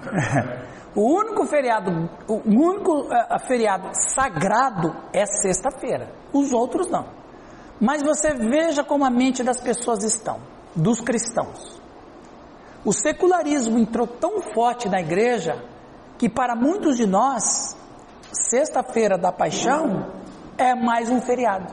O único feriado sagrado é sexta-feira, os outros não. Mas você veja como a mente das pessoas estão, dos cristãos. O secularismo entrou tão forte na igreja, que para muitos de nós, sexta-feira da paixão é mais um feriado.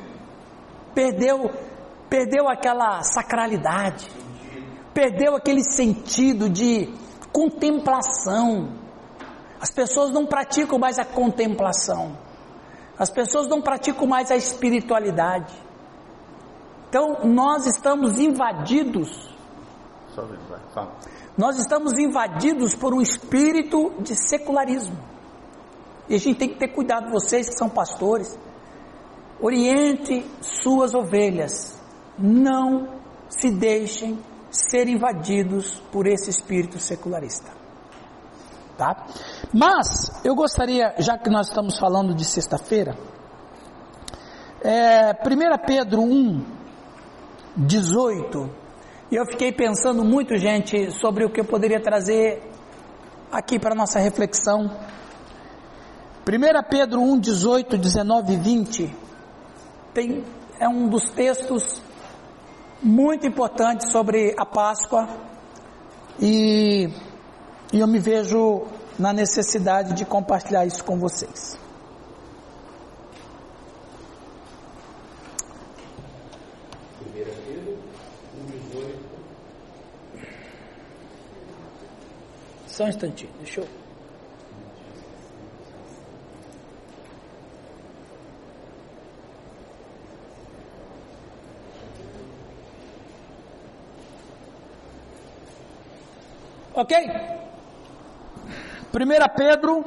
Perdeu aquela sacralidade, perdeu aquele sentido de contemplação. As pessoas não praticam mais a contemplação, as pessoas não praticam mais a espiritualidade. Então nós estamos invadidos por um espírito de secularismo, e a gente tem que ter cuidado. Vocês que são pastores, oriente suas ovelhas, não se deixem ser invadidos por esse espírito secularista, tá? Mas eu gostaria, já que nós estamos falando de sexta-feira, 1 Pedro 1:18, e eu fiquei pensando muito, gente, sobre o que eu poderia trazer aqui para nossa reflexão. 1 Pedro 1:18, 19 e 20 é um dos textos muito importante sobre a Páscoa, e eu me vejo na necessidade de compartilhar isso com vocês. Só um instantinho, deixa eu... Ok? 1 Pedro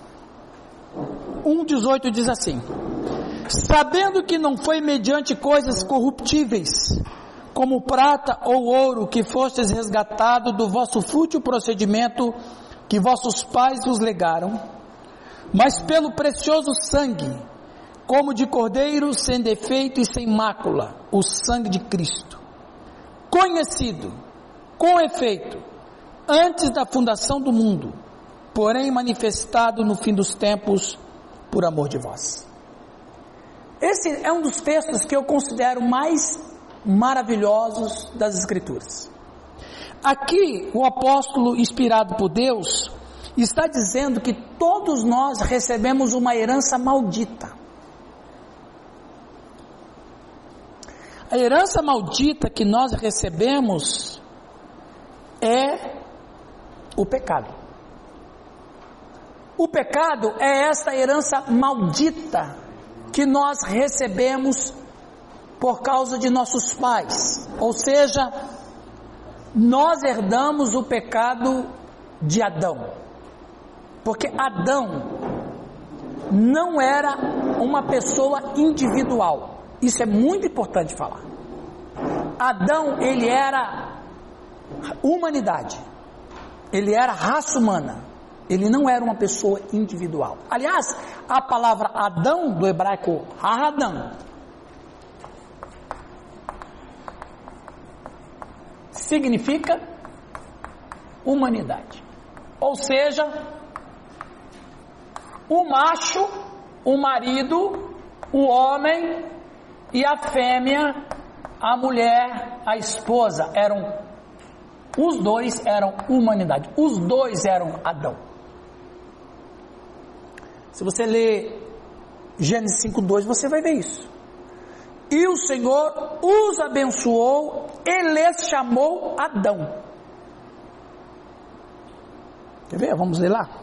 1:18 diz assim: sabendo que não foi mediante coisas corruptíveis, como prata ou ouro, que fostes resgatado do vosso fútil procedimento que vossos pais vos legaram, mas pelo precioso sangue, como de cordeiro sem defeito e sem mácula, o sangue de Cristo, conhecido, com efeito, antes da fundação do mundo, porém manifestado no fim dos tempos, por amor de vós. Esse é um dos textos que eu considero mais maravilhosos das Escrituras. Aqui o apóstolo, inspirado por Deus, está dizendo que todos nós recebemos uma herança maldita. A herança maldita que nós recebemos é o pecado. O pecado é esta herança maldita que nós recebemos por causa de nossos pais, ou seja, nós herdamos o pecado de Adão, porque Adão não era uma pessoa individual. Isso é muito importante falar. Adão, ele era humanidade, ele era raça humana, ele não era uma pessoa individual. Aliás, a palavra Adão, do hebraico Adam, significa humanidade, ou seja, o macho, o marido, o homem e a fêmea, a mulher, a esposa, os dois eram humanidade, os dois eram Adão. Se você ler Gênesis 5:2, você vai ver isso. E o Senhor os abençoou e lhes chamou Adão. Quer ver? Vamos ler lá.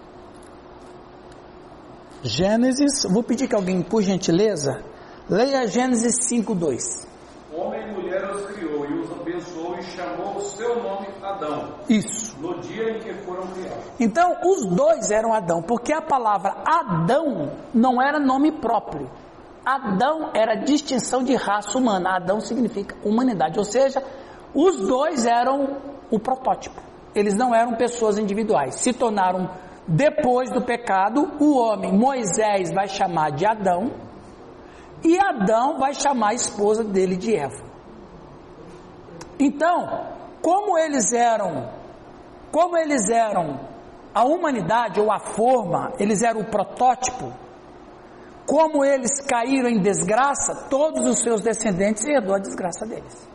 Gênesis, vou pedir que alguém, por gentileza, leia Gênesis 5:2. Homem e mulher os criou e os abençoou e chamou o seu nome Adão. Isso. No dia em que foram criados. Então, os dois eram Adão, porque a palavra Adão não era nome próprio. Adão era distinção de raça humana. Adão significa humanidade, ou seja, os dois eram o protótipo. Eles não eram pessoas individuais. Se tornaram, depois do pecado, o homem, Moisés, vai chamar de Adão, e Adão vai chamar a esposa dele de Eva. Então, como como eles eram a humanidade ou a forma, eles eram o protótipo, como eles caíram em desgraça, todos os seus descendentes herdou a desgraça deles.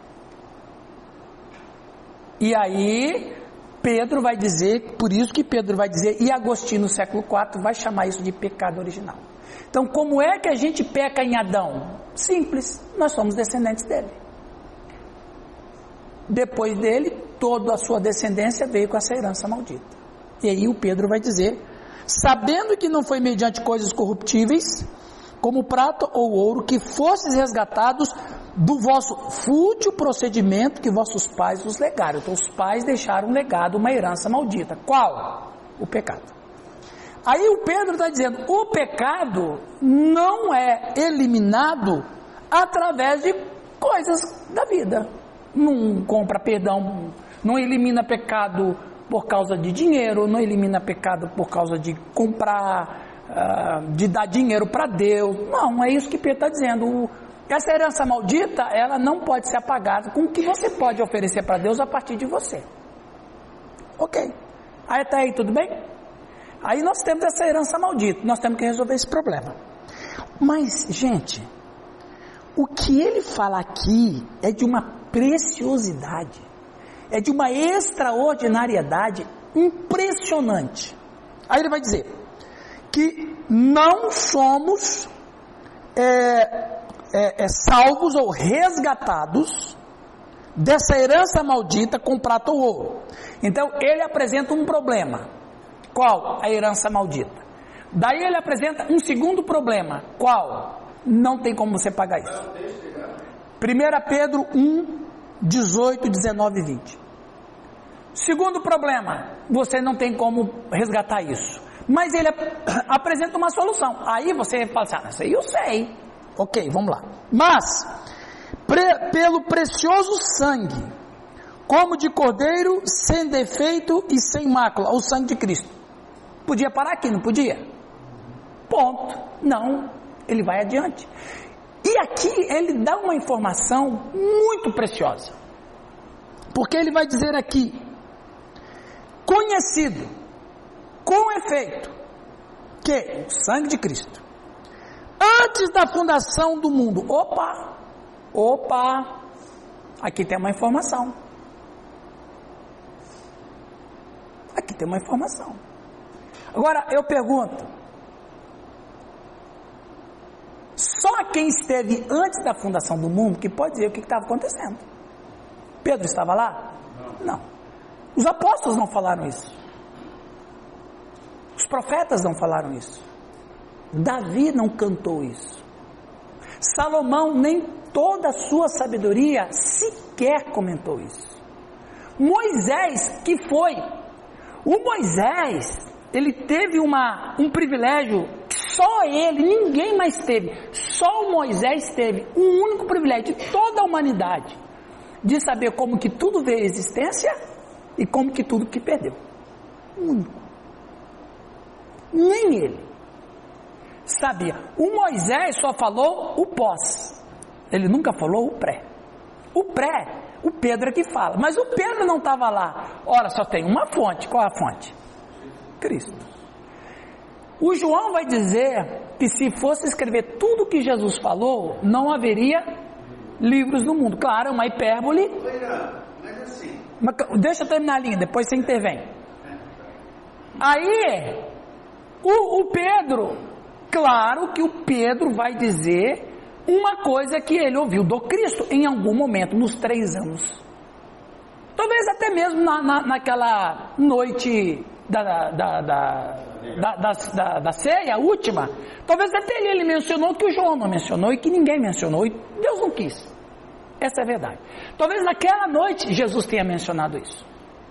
E aí Pedro vai dizer, por isso que Pedro vai dizer, e Agostinho no século IV vai chamar isso de pecado original. Então, como é que a gente peca em Adão? Simples, nós somos descendentes dele. Depois dele, toda a sua descendência veio com essa herança maldita. E aí o Pedro vai dizer, sabendo que não foi mediante coisas corruptíveis, como prata ou ouro, que fostes resgatados do vosso fútil procedimento que vossos pais vos legaram. Então os pais deixaram um legado, uma herança maldita. Qual? O pecado. Aí o Pedro está dizendo, o pecado não é eliminado através de coisas da vida. Não compra perdão, não elimina pecado por causa de dinheiro, não elimina pecado por causa de comprar, de dar dinheiro para Deus. Não, é isso que Pedro está dizendo. Essa herança maldita, ela não pode ser apagada com o que você pode oferecer para Deus a partir de você. Ok. Aí até aí tudo bem? Aí nós temos essa herança maldita, nós temos que resolver esse problema. Mas, gente, o que ele fala aqui é de uma preciosidade, é de uma extraordinariedade impressionante. Aí ele vai dizer que não somos salvos ou resgatados dessa herança maldita com prata ou ouro. Então ele apresenta um problema. Qual? A herança maldita. Daí ele apresenta um segundo problema. Qual? Não tem como você pagar isso. 1 Pedro 1, 18, 19 e 20. Segundo problema, você não tem como resgatar isso. Mas ele apresenta uma solução. Aí você fala assim, isso aí eu sei. Ok, vamos lá. Mas, pelo precioso sangue, como de cordeiro, sem defeito e sem mácula, o sangue de Cristo. Podia parar aqui, não podia? Ponto. Não, ele vai adiante. E aqui ele dá uma informação muito preciosa. Porque ele vai dizer aqui, conhecido, com efeito, que o sangue de Cristo, antes da fundação do mundo, aqui tem uma informação. Aqui tem uma informação. Agora eu pergunto, só quem esteve antes da fundação do mundo que pode dizer o que estava acontecendo? Pedro estava lá? Não. Os apóstolos não falaram isso. Os profetas não falaram isso. Davi não cantou isso. Salomão, nem toda a sua sabedoria sequer comentou isso. Moisés, que foi? O Moisés, ele teve um privilégio que só ele, ninguém mais teve. Só o Moisés teve um único privilégio de toda a humanidade, de saber como que tudo veio à existência e como que tudo que perdeu. Único. Nem ele sabia. O Moisés só falou o pós, ele nunca falou o pré. O pré, o Pedro é que fala, mas o Pedro não estava lá. Ora, só tem uma fonte. Qual é a fonte? Cristo. O João vai dizer que se fosse escrever tudo que Jesus falou, não haveria livros no mundo. Claro, uma hipérbole. Mas assim, Deixa eu terminar a linha, depois você intervém. Aí o Pedro, claro que o Pedro vai dizer uma coisa que ele ouviu do Cristo em algum momento, nos 3 anos. Talvez até mesmo naquela noite da ceia, última. Talvez até ele mencionou que o João não mencionou e que ninguém mencionou e Deus não quis. Essa é a verdade. Talvez naquela noite Jesus tenha mencionado isso.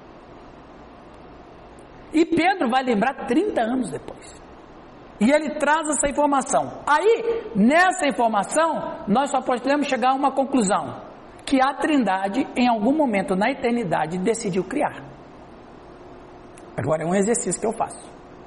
E Pedro vai lembrar 30 anos depois. E ele traz essa informação. Aí, nessa informação, nós só podemos chegar a uma conclusão. Que a Trindade, em algum momento na eternidade, decidiu criar. Agora é um exercício que eu faço.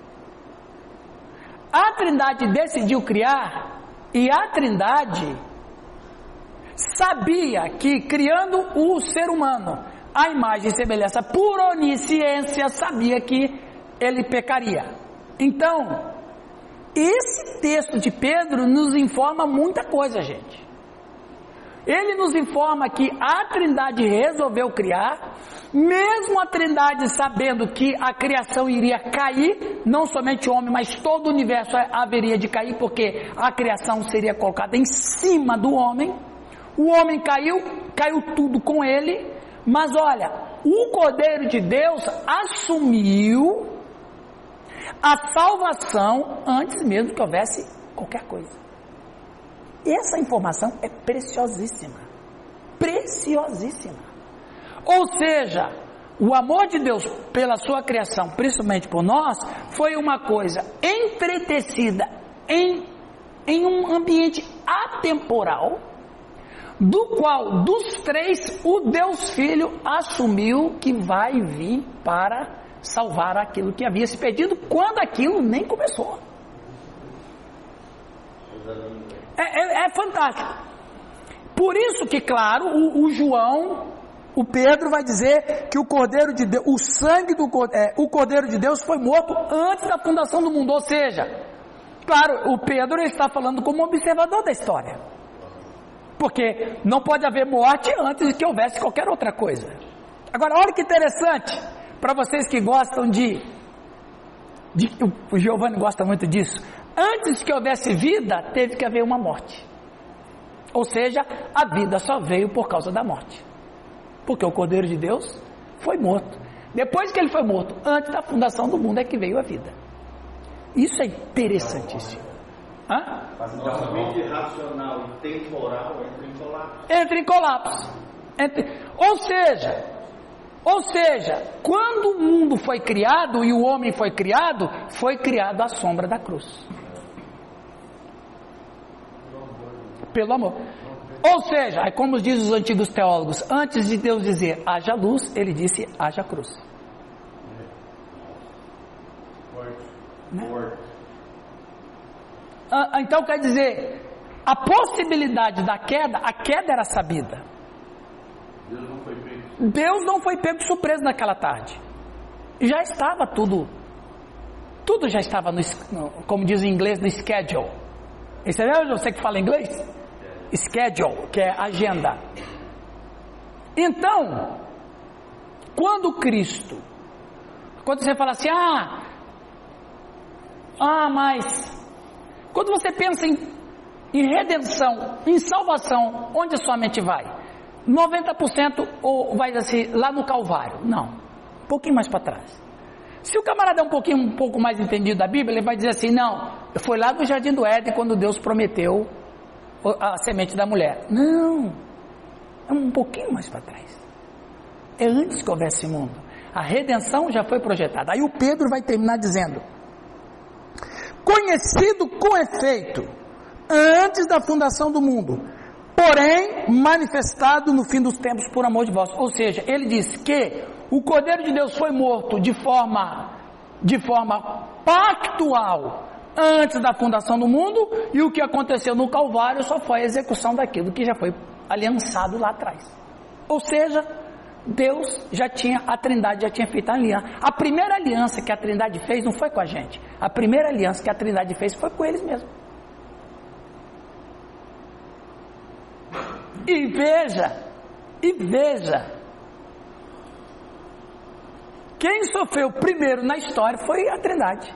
A Trindade decidiu criar, e a Trindade sabia que, criando o ser humano, a imagem e semelhança, por onisciência, sabia que ele pecaria. Então, esse texto de Pedro nos informa muita coisa, gente. Ele nos informa que a Trindade resolveu criar, mesmo a Trindade sabendo que a criação iria cair, não somente o homem, mas todo o universo haveria de cair, porque a criação seria colocada em cima do homem. O homem caiu tudo com ele, mas olha, o Cordeiro de Deus assumiu a salvação antes mesmo que houvesse qualquer coisa. Essa informação é preciosíssima, preciosíssima. Ou seja, o amor de Deus pela sua criação, principalmente por nós, foi uma coisa entretecida em um ambiente atemporal, do qual, dos três, o Deus Filho assumiu que vai vir para salvar aquilo que havia se perdido, quando aquilo nem começou. É fantástico. Por isso que, claro, o Pedro vai dizer que o Cordeiro de Deus, o Cordeiro de Deus foi morto antes da fundação do mundo. Ou seja, claro, o Pedro está falando como observador da história, porque não pode haver morte antes de que houvesse qualquer outra coisa. Agora, olha que interessante, para vocês que gostam o Giovanni gosta muito disso. Antes que houvesse vida, teve que haver uma morte. Ou seja, a vida só veio por causa da morte, porque o Cordeiro de Deus foi morto. Depois que ele foi morto, antes da fundação do mundo, é que veio a vida. Isso é interessantíssimo. Mas então a mente racional e temporal entra em colapso. Ou seja, quando o mundo foi criado e o homem foi criado à sombra da cruz. Pelo amor. Ou seja, é como dizem os antigos teólogos, antes de Deus dizer haja luz, ele disse haja cruz. Né? Então quer dizer, a possibilidade da queda, a queda era sabida. Deus não foi pego de surpresa naquela tarde. Já estava tudo já estava como diz em inglês, no schedule. Você que fala inglês? Schedule, que é agenda. Então, quando você fala assim, mas quando você pensa em redenção, em salvação, onde a sua mente vai? 90% ou vai assim, lá no Calvário? Não, um pouquinho mais para trás. Se o camarada é um pouco mais entendido da Bíblia, ele vai dizer assim, não, foi lá no Jardim do Éden quando Deus prometeu a semente da mulher. Não, é um pouquinho mais para trás. É antes que houvesse mundo. A redenção já foi projetada. Aí o Pedro vai terminar dizendo, conhecido com efeito, antes da fundação do mundo, porém manifestado no fim dos tempos por amor de vós. Ou seja, ele diz que o Cordeiro de Deus foi morto de forma pactual antes da fundação do mundo, e o que aconteceu no Calvário só foi a execução daquilo que já foi aliançado lá atrás. Ou seja, a Trindade já tinha feito a aliança. A primeira aliança que a Trindade fez não foi com a gente. A primeira aliança que a Trindade fez foi com eles mesmos. E veja, quem sofreu primeiro na história foi a Trindade.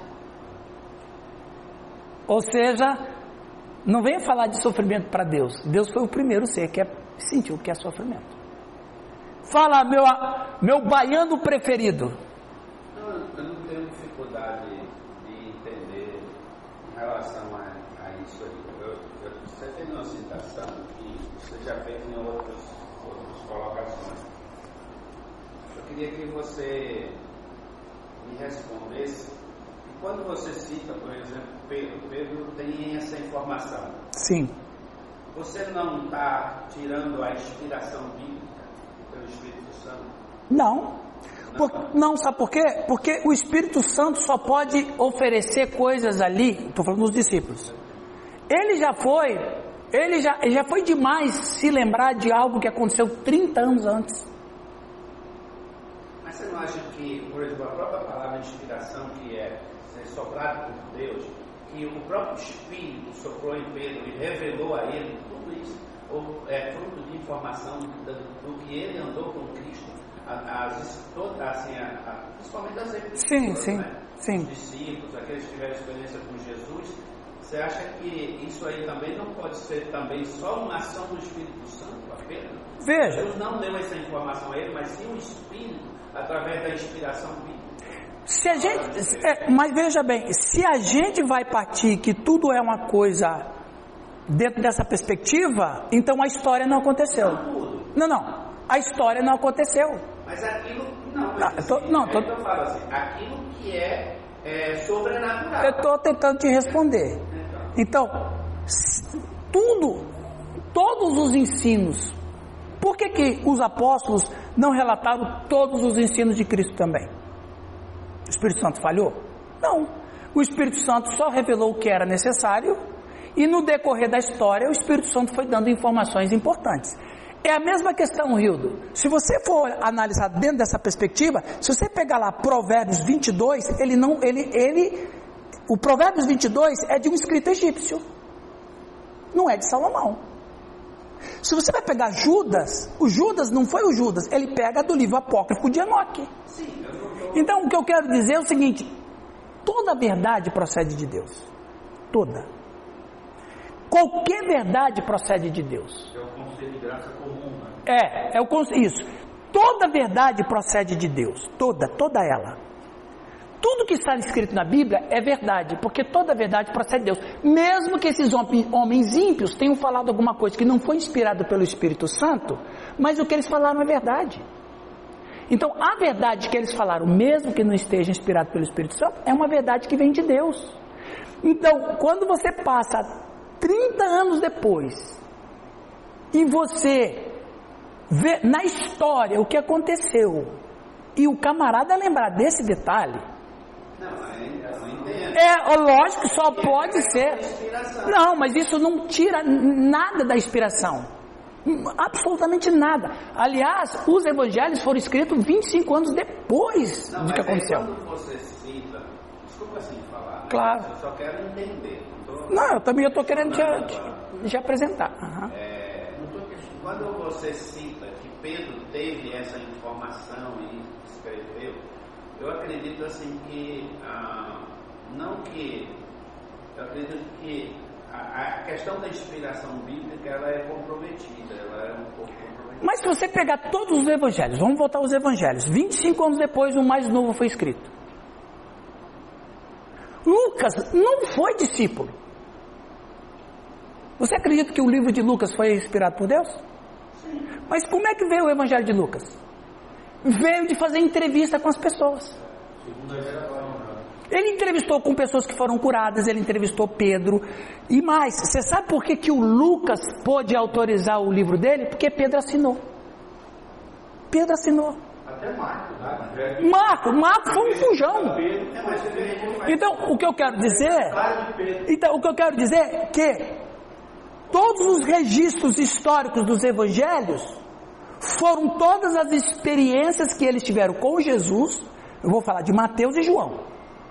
Ou seja, não venha falar de sofrimento para Deus. Deus foi o primeiro ser que sentiu o que é sofrimento. Fala, meu baiano preferido. Eu não tenho dificuldade de entender em relação a isso aí. Você tem uma citação que você já fez em outras colocações. Eu queria que você me respondesse. Quando você cita, por exemplo, Pedro tem essa informação. Sim. Você não está tirando a inspiração bíblica pelo Espírito Santo? Não. Não, sabe por quê? Porque o Espírito Santo só pode oferecer coisas ali, estou falando dos discípulos. Ele já foi demais se lembrar de algo que aconteceu 30 anos antes. não acham que, por exemplo, a própria palavra de inspiração, que é ser soprado por Deus, que o próprio Espírito soprou em Pedro e revelou a ele tudo isso, ou é fruto de informação do que ele andou com Cristo, principalmente das epístolas, né? Os discípulos, aqueles que tiveram experiência com Jesus. Você acha que isso aí também não pode ser também só uma ação do Espírito Santo a Pedro? Veja. Deus não deu essa informação a ele, mas sim o Espírito, através da inspiração bíblica. Se a gente, mas veja bem, se a gente vai partir que tudo é uma coisa dentro dessa perspectiva, então a história não aconteceu. Não, a história não aconteceu. Mas aquilo, eu falo assim, aquilo que é sobrenatural. Eu estou tentando te responder. Então, todos os ensinos, por que os apóstolos não relataram todos os ensinos de Cristo também? O Espírito Santo falhou? Não. O Espírito Santo só revelou o que era necessário e no decorrer da história o Espírito Santo foi dando informações importantes. É a mesma questão, Hildo. Se você for analisar dentro dessa perspectiva, se você pegar lá Provérbios 22, o Provérbios 22 é de um escrito egípcio, não é de Salomão. Se você vai pegar Judas, o Judas não foi o Judas, ele pega do livro apócrifo de Enoque. Então o que eu quero dizer é o seguinte: toda verdade procede de Deus, toda. Qualquer verdade procede de Deus. É o conceito de graça comum, né? Isso. Toda verdade procede de Deus, toda ela. Tudo que está escrito na Bíblia é verdade, porque toda verdade procede de Deus. Mesmo que esses homens ímpios tenham falado alguma coisa que não foi inspirado pelo Espírito Santo, mas o que eles falaram é verdade. Então, a verdade que eles falaram, mesmo que não esteja inspirado pelo Espírito Santo, é uma verdade que vem de Deus. Então, quando você passa 30 anos depois e você vê na história o que aconteceu e o camarada lembrar desse detalhe, lógico que só pode ser. Não, mas isso não tira nada da inspiração. Absolutamente nada. Aliás, os evangelhos foram escritos 25 anos depois do que aconteceu. Quando você cita, desculpa assim falar, né? Claro. Eu só quero entender. Eu também estou querendo te apresentar. Quando você cita que Pedro teve essa informação e escreveu, eu acredito assim que eu acredito que a questão da inspiração bíblica ela é comprometida, ela é um pouco comprometida. Mas se você pegar todos os evangelhos, vamos voltar aos evangelhos, 25 anos depois o mais novo foi escrito. Lucas não foi discípulo. Você acredita que o livro de Lucas foi inspirado por Deus? Sim. Mas como é que veio o evangelho de Lucas? Veio de fazer entrevista com as pessoas. Ele entrevistou com pessoas que foram curadas, ele entrevistou Pedro. E mais, você sabe por que o Lucas pôde autorizar o livro dele? Porque Pedro assinou. Pedro assinou. Até Marco, né? Marco foi um fujão. Então, o que eu quero dizer é que todos os registros históricos dos evangelhos foram todas as experiências que eles tiveram com Jesus. Eu vou falar de Mateus e João.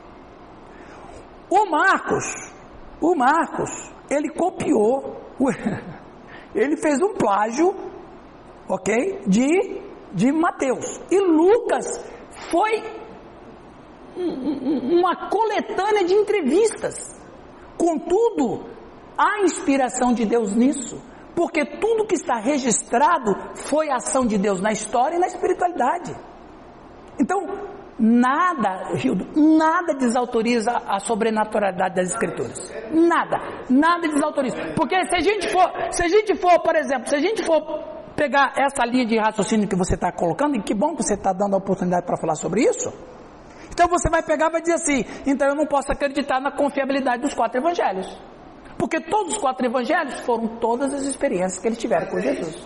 O Marcos, ele copiou, ele fez um plágio, ok, de Mateus. E Lucas foi uma coletânea de entrevistas. Contudo, há inspiração de Deus nisso, porque tudo que está registrado foi a ação de Deus na história e na espiritualidade. Então, nada desautoriza a sobrenaturalidade das escrituras. Nada desautoriza. Porque se a gente for, por exemplo, pegar essa linha de raciocínio que você está colocando, e que bom que você está dando a oportunidade para falar sobre isso, então você vai pegar e vai dizer assim: então eu não posso acreditar na confiabilidade dos 4 evangelhos, porque todos os 4 evangelhos foram todas as experiências que eles tiveram com Jesus.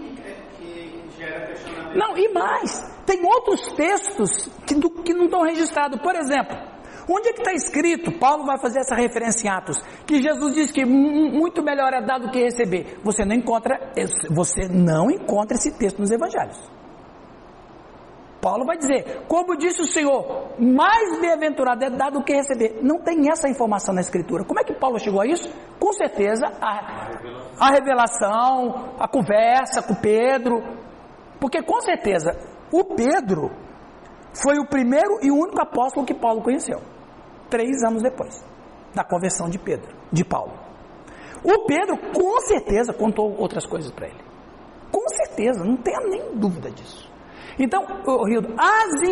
Não, e mais, tem outros textos que não estão registrados. Por exemplo, onde é que está escrito, Paulo vai fazer essa referência em Atos, que Jesus diz que muito melhor é dar do que receber? Você não encontra esse texto nos evangelhos. Paulo vai dizer, como disse o Senhor, mais bem-aventurado é dar do que receber. Não tem essa informação na Escritura. Como é que Paulo chegou a isso? Com certeza, a revelação, a conversa com Pedro. Porque com certeza, o Pedro foi o primeiro e o único apóstolo que Paulo conheceu. 3 anos depois da conversão de Paulo. O Pedro, com certeza, contou outras coisas para ele. Com certeza, não tenha nem dúvida disso. Então, Rildo, as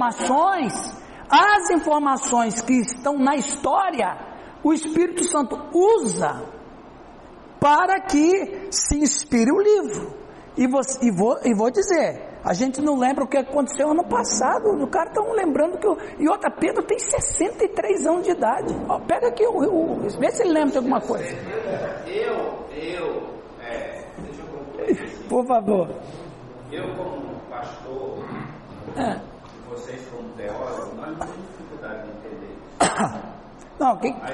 informações que estão na história, o Espírito Santo usa para que se inspire o livro. E vou dizer, a gente não lembra o que aconteceu ano passado, o cara está lembrando que... E outra, Pedro tem 63 anos de idade. Ó, pega aqui, vê se ele lembra de alguma coisa. Deixa eu concluir. Por favor. Eu como pastor, vocês como teólogos, nós não temos dificuldade de entender isso. Não,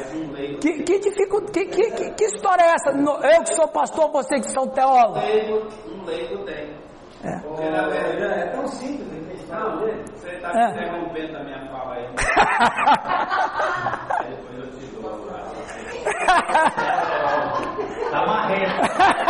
que história é essa? Eu que sou pastor, você que sou teólogo. Um leigo tem. Porque na verdade é tão simples a questão dele. Você está me interrompendo a minha fala aí. Aí depois eu te dou. Tá marrendo.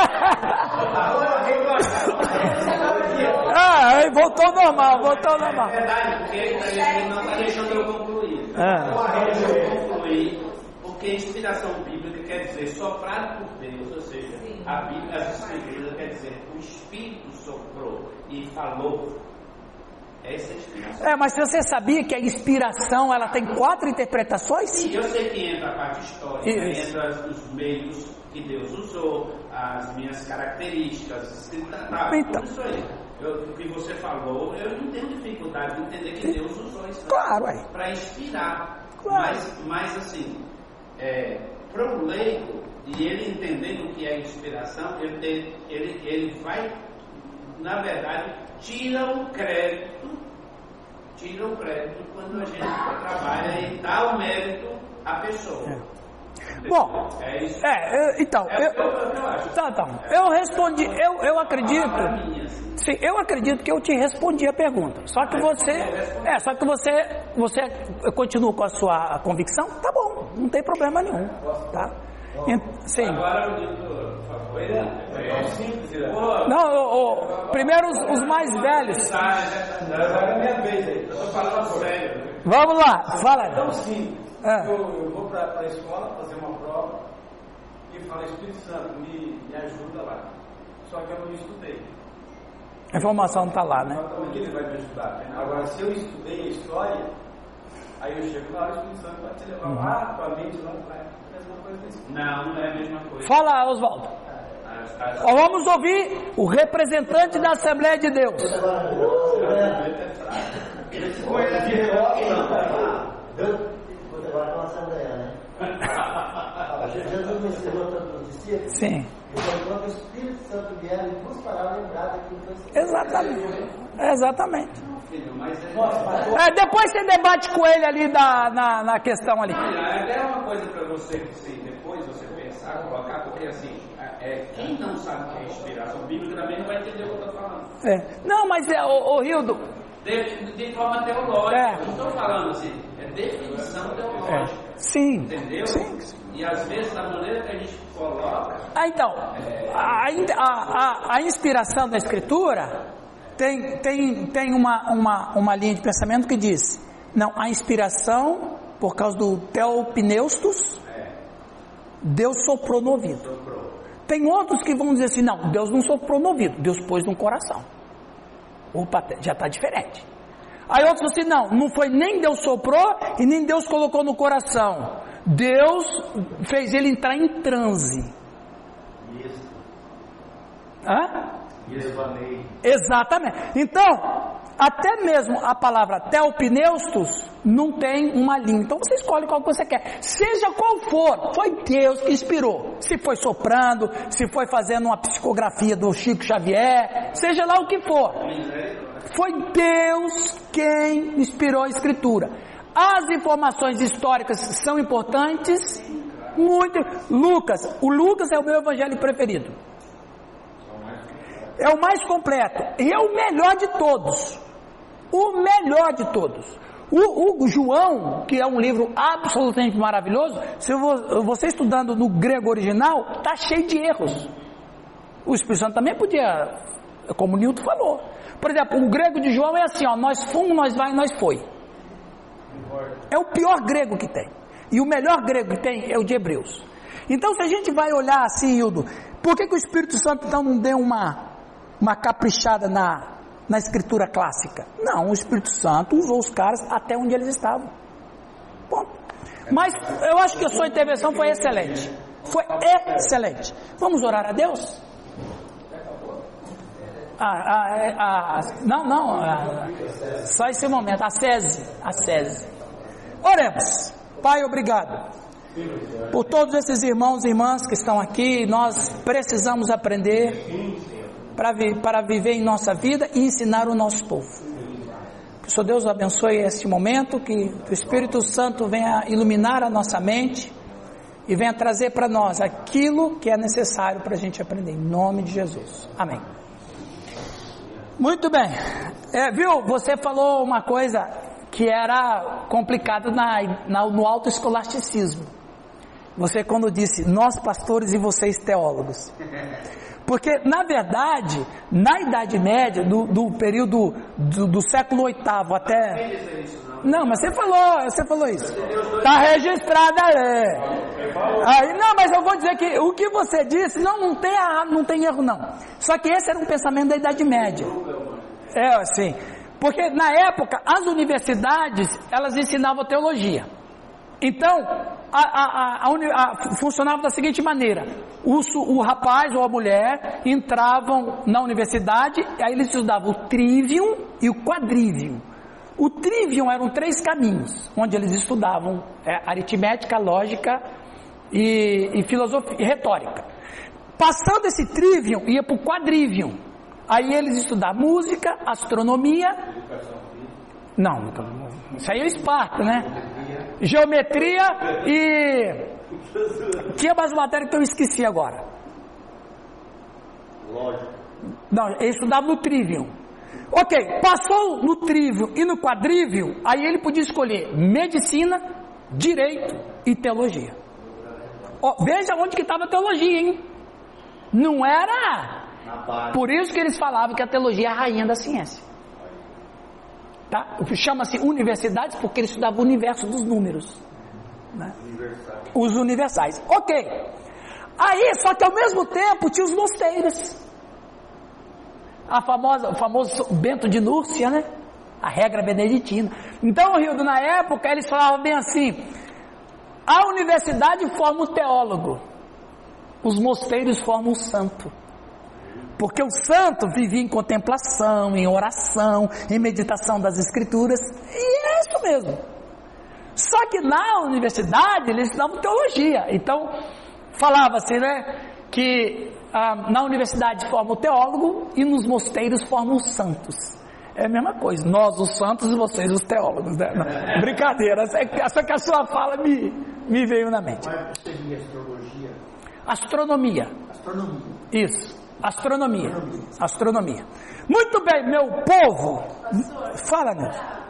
Voltou normal. É verdade, porque ele não está deixando eu concluir. Eu concluir, porque inspiração bíblica quer dizer soprado por Deus, ou seja, a Bíblia, as Escrituras quer dizer o Espírito soprou e falou. Essa é a inspiração. Mas você sabia que a inspiração ela tem 4 interpretações? Sim, eu sei que entra a parte histórica, entra os meios que Deus usou, as minhas características, tudo isso aí. O que você falou, eu não tenho dificuldade de entender que Deus usou isso para inspirar. Claro. Mas assim, para o leigo, e ele entendendo o que é inspiração, ele vai, na verdade, tira o crédito quando a gente trabalha e dá o mérito à pessoa. Bom, é isso. Então, eu respondi, eu acredito, sim, eu acredito que eu te respondi a pergunta, só que você continua com a sua convicção, tá bom, não tem problema nenhum, tá? Sim. Agora por favor, é simples. Não, primeiro os mais velhos. Agora é minha vez aí, eu estou falando sério. Vamos lá, fala. É tão simples. Eu vou para a escola fazer uma prova e falo, Espírito Santo, me ajuda lá. Só que eu não estudei. A informação não está lá, né? Então, como é que ele vai me ajudar? Agora, se eu estudei a história, aí eu chego lá, o Espírito Santo vai te levar lá para a mente, lá para a mesma coisa desse. Não é a mesma coisa. Fala, Oswaldo. Vamos ouvir o representante da Assembleia de Deus. Coisa de Agora com a Assembleia, né? Jesus me ensinou tanto nos discípulos. Sim. Quando o Espírito Santo vier, ele vos fará lembrar daquilo que eu ensinei. Exatamente. Filho, mas depois você debate com ele ali na questão ali. É uma coisa para você depois você pensar, colocar, porque assim, quem não sabe o que é inspiração bíblica também não vai entender o que eu estou falando. Não, mas Rildo, de forma teológica, não estou falando assim, é definição teológica. Sim. Entendeu? Sim. E às vezes da maneira que a gente coloca. Então, a inspiração da Escritura tem uma linha de pensamento que diz: não, a inspiração, por causa do teopneustos, Deus soprou no ouvido. Tem outros que vão dizer assim: não, Deus não soprou no ouvido, Deus pôs no coração. Opa, já está diferente. Aí outros assim: não foi nem Deus soprou e nem Deus colocou no coração. Deus fez ele entrar em transe. Exatamente. Então, até mesmo a palavra teopneustos não tem uma linha. Então você escolhe qual que você quer. Seja qual for, foi Deus que inspirou. Se foi soprando, se foi fazendo uma psicografia do Chico Xavier, seja lá o que for. Foi Deus quem inspirou a Escritura. As informações históricas são importantes, muito. O Lucas é o meu evangelho preferido. É o mais completo e é o melhor de todos. O melhor de todos. O João, que é um livro absolutamente maravilhoso, se você estudando no grego original, está cheio de erros. O Espírito Santo também podia, como o Nilton falou. Por exemplo, o grego de João é assim, ó, nós fomos, nós vai, nós foi. É o pior grego que tem. E o melhor grego que tem é o de Hebreus. Então, se a gente vai olhar assim, Hildo, por que o Espírito Santo então não deu uma caprichada na escritura clássica? Não, o Espírito Santo usou os caras até onde eles estavam. Bom, mas eu acho que a sua intervenção foi excelente. Foi excelente. Vamos orar a Deus? Só esse momento, a SESI. Oremos. Pai, obrigado por todos esses irmãos e irmãs que estão aqui. Nós precisamos aprender para viver em nossa vida e ensinar o nosso povo. Que o Senhor Deus abençoe este momento, que o Espírito Santo venha iluminar a nossa mente e venha trazer para nós aquilo que é necessário para a gente aprender, em nome de Jesus, amém. Muito bem, viu, você falou uma coisa que era complicada no autoescolasticismo, você quando disse, nós pastores e vocês teólogos, porque na verdade, na Idade Média, do período do século VIII até... Não, mas você falou isso. Está registrado aí. Não, mas eu vou dizer que o que você disse, não tem erro não. Só que esse era um pensamento da Idade Média. Assim, porque na época, as universidades, elas ensinavam teologia. Então, funcionava da seguinte maneira: o rapaz ou a mulher entravam na universidade, aí eles estudavam o trivium e o quadrivium. O trivium eram 3 caminhos, onde eles estudavam aritmética, lógica e filosofia e retórica. Passando esse trivium, ia para o quadrivium. Aí eles estudavam música, astronomia. Não, isso aí é Esparta, né? Geometria e... Tinha mais matéria que eu esqueci agora. Lógica. Não, ele estudava no trivium. Ok, passou no trivium e no quadrivium, aí ele podia escolher medicina, direito e teologia. Veja onde que estava a teologia, hein? Não era... Por isso que eles falavam que a teologia é a rainha da ciência. Tá? Chama-se universidades porque eles estudavam o universo dos números, né? Os universais. Ok. Aí, só que ao mesmo tempo tinha os mosteiros. O famoso Bento de Núrcia, né? A regra beneditina. Então, Rildo, na época, eles falavam bem assim: a universidade forma o teólogo, os mosteiros formam o santo. Porque o santo vivia em contemplação, em oração, em meditação das escrituras, e é isso mesmo. Só que na universidade eles estudavam teologia, então falava-se, né, que na universidade forma o teólogo e nos mosteiros formam os santos. É a mesma coisa, nós os santos e vocês os teólogos, né? Não, brincadeira, só que a sua fala me veio na mente. Mas seria astrologia? Astronomia. Isso. Astronomia. Muito bem, meu povo. Fala, né?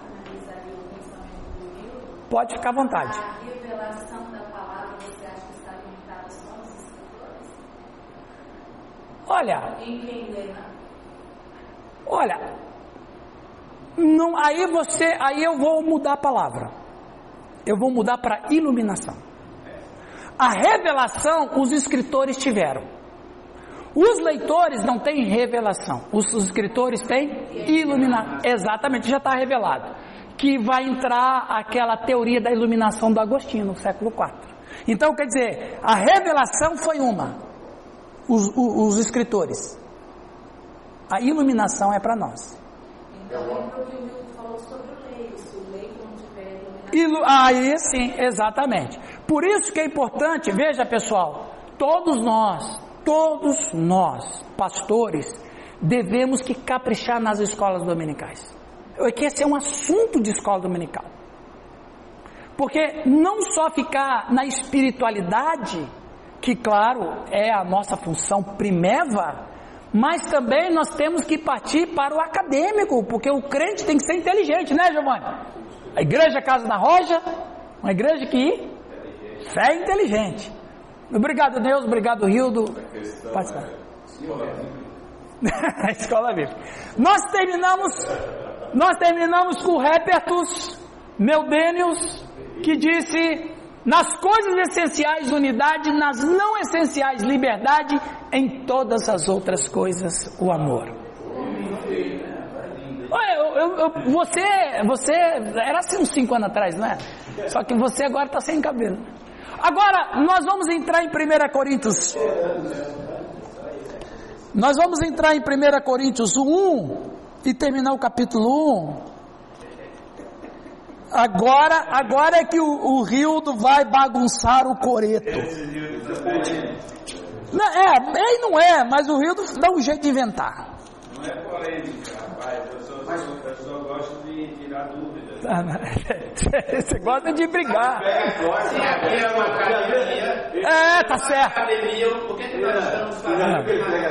Pode ficar à vontade. A revelação da palavra, você acha que está limitada só aos escritores? Olha, não, aí eu vou mudar a palavra. Eu vou mudar para iluminação. A revelação os escritores tiveram. Os leitores não têm revelação, os escritores têm iluminação. Exatamente, já está revelado. Que vai entrar aquela teoria da iluminação do Agostinho, no século IV. Então, quer dizer, a revelação foi os escritores. A iluminação é para nós. Então, lembra o que o Milton falou sobre o leito, se o leito não tiver iluminação. Aí sim, exatamente. Por isso que é importante, veja pessoal, todos nós, pastores, devemos que caprichar nas escolas dominicais. Que esse é um assunto de escola dominical. Porque não só ficar na espiritualidade, que claro, é a nossa função primeva, mas também nós temos que partir para o acadêmico, porque o crente tem que ser inteligente, né, Giovanni? A igreja Casa da Rocha, uma igreja que fé é inteligente. Obrigado, Deus, obrigado, Rildo. A escola bíblica. Nós terminamos com Répertus Meudênios, que disse: nas coisas essenciais, unidade, nas não essenciais, liberdade, em todas as outras coisas, o amor. Você era assim uns 5 anos atrás, não é? Só que você agora está sem cabelo. Agora, nós vamos entrar em 1 Coríntios. Nós vamos entrar em 1 Coríntios 1 e terminar o capítulo 1. Agora é que o Rildo vai bagunçar o coreto. Não é, mas o Rildo dá um jeito de inventar. Não é polêmica, rapaz. Eu só gosto de tirar dúvidas. Você gosta de brigar. Se aqui é uma academia. Tá certo. Academia, por que nós estamos falando?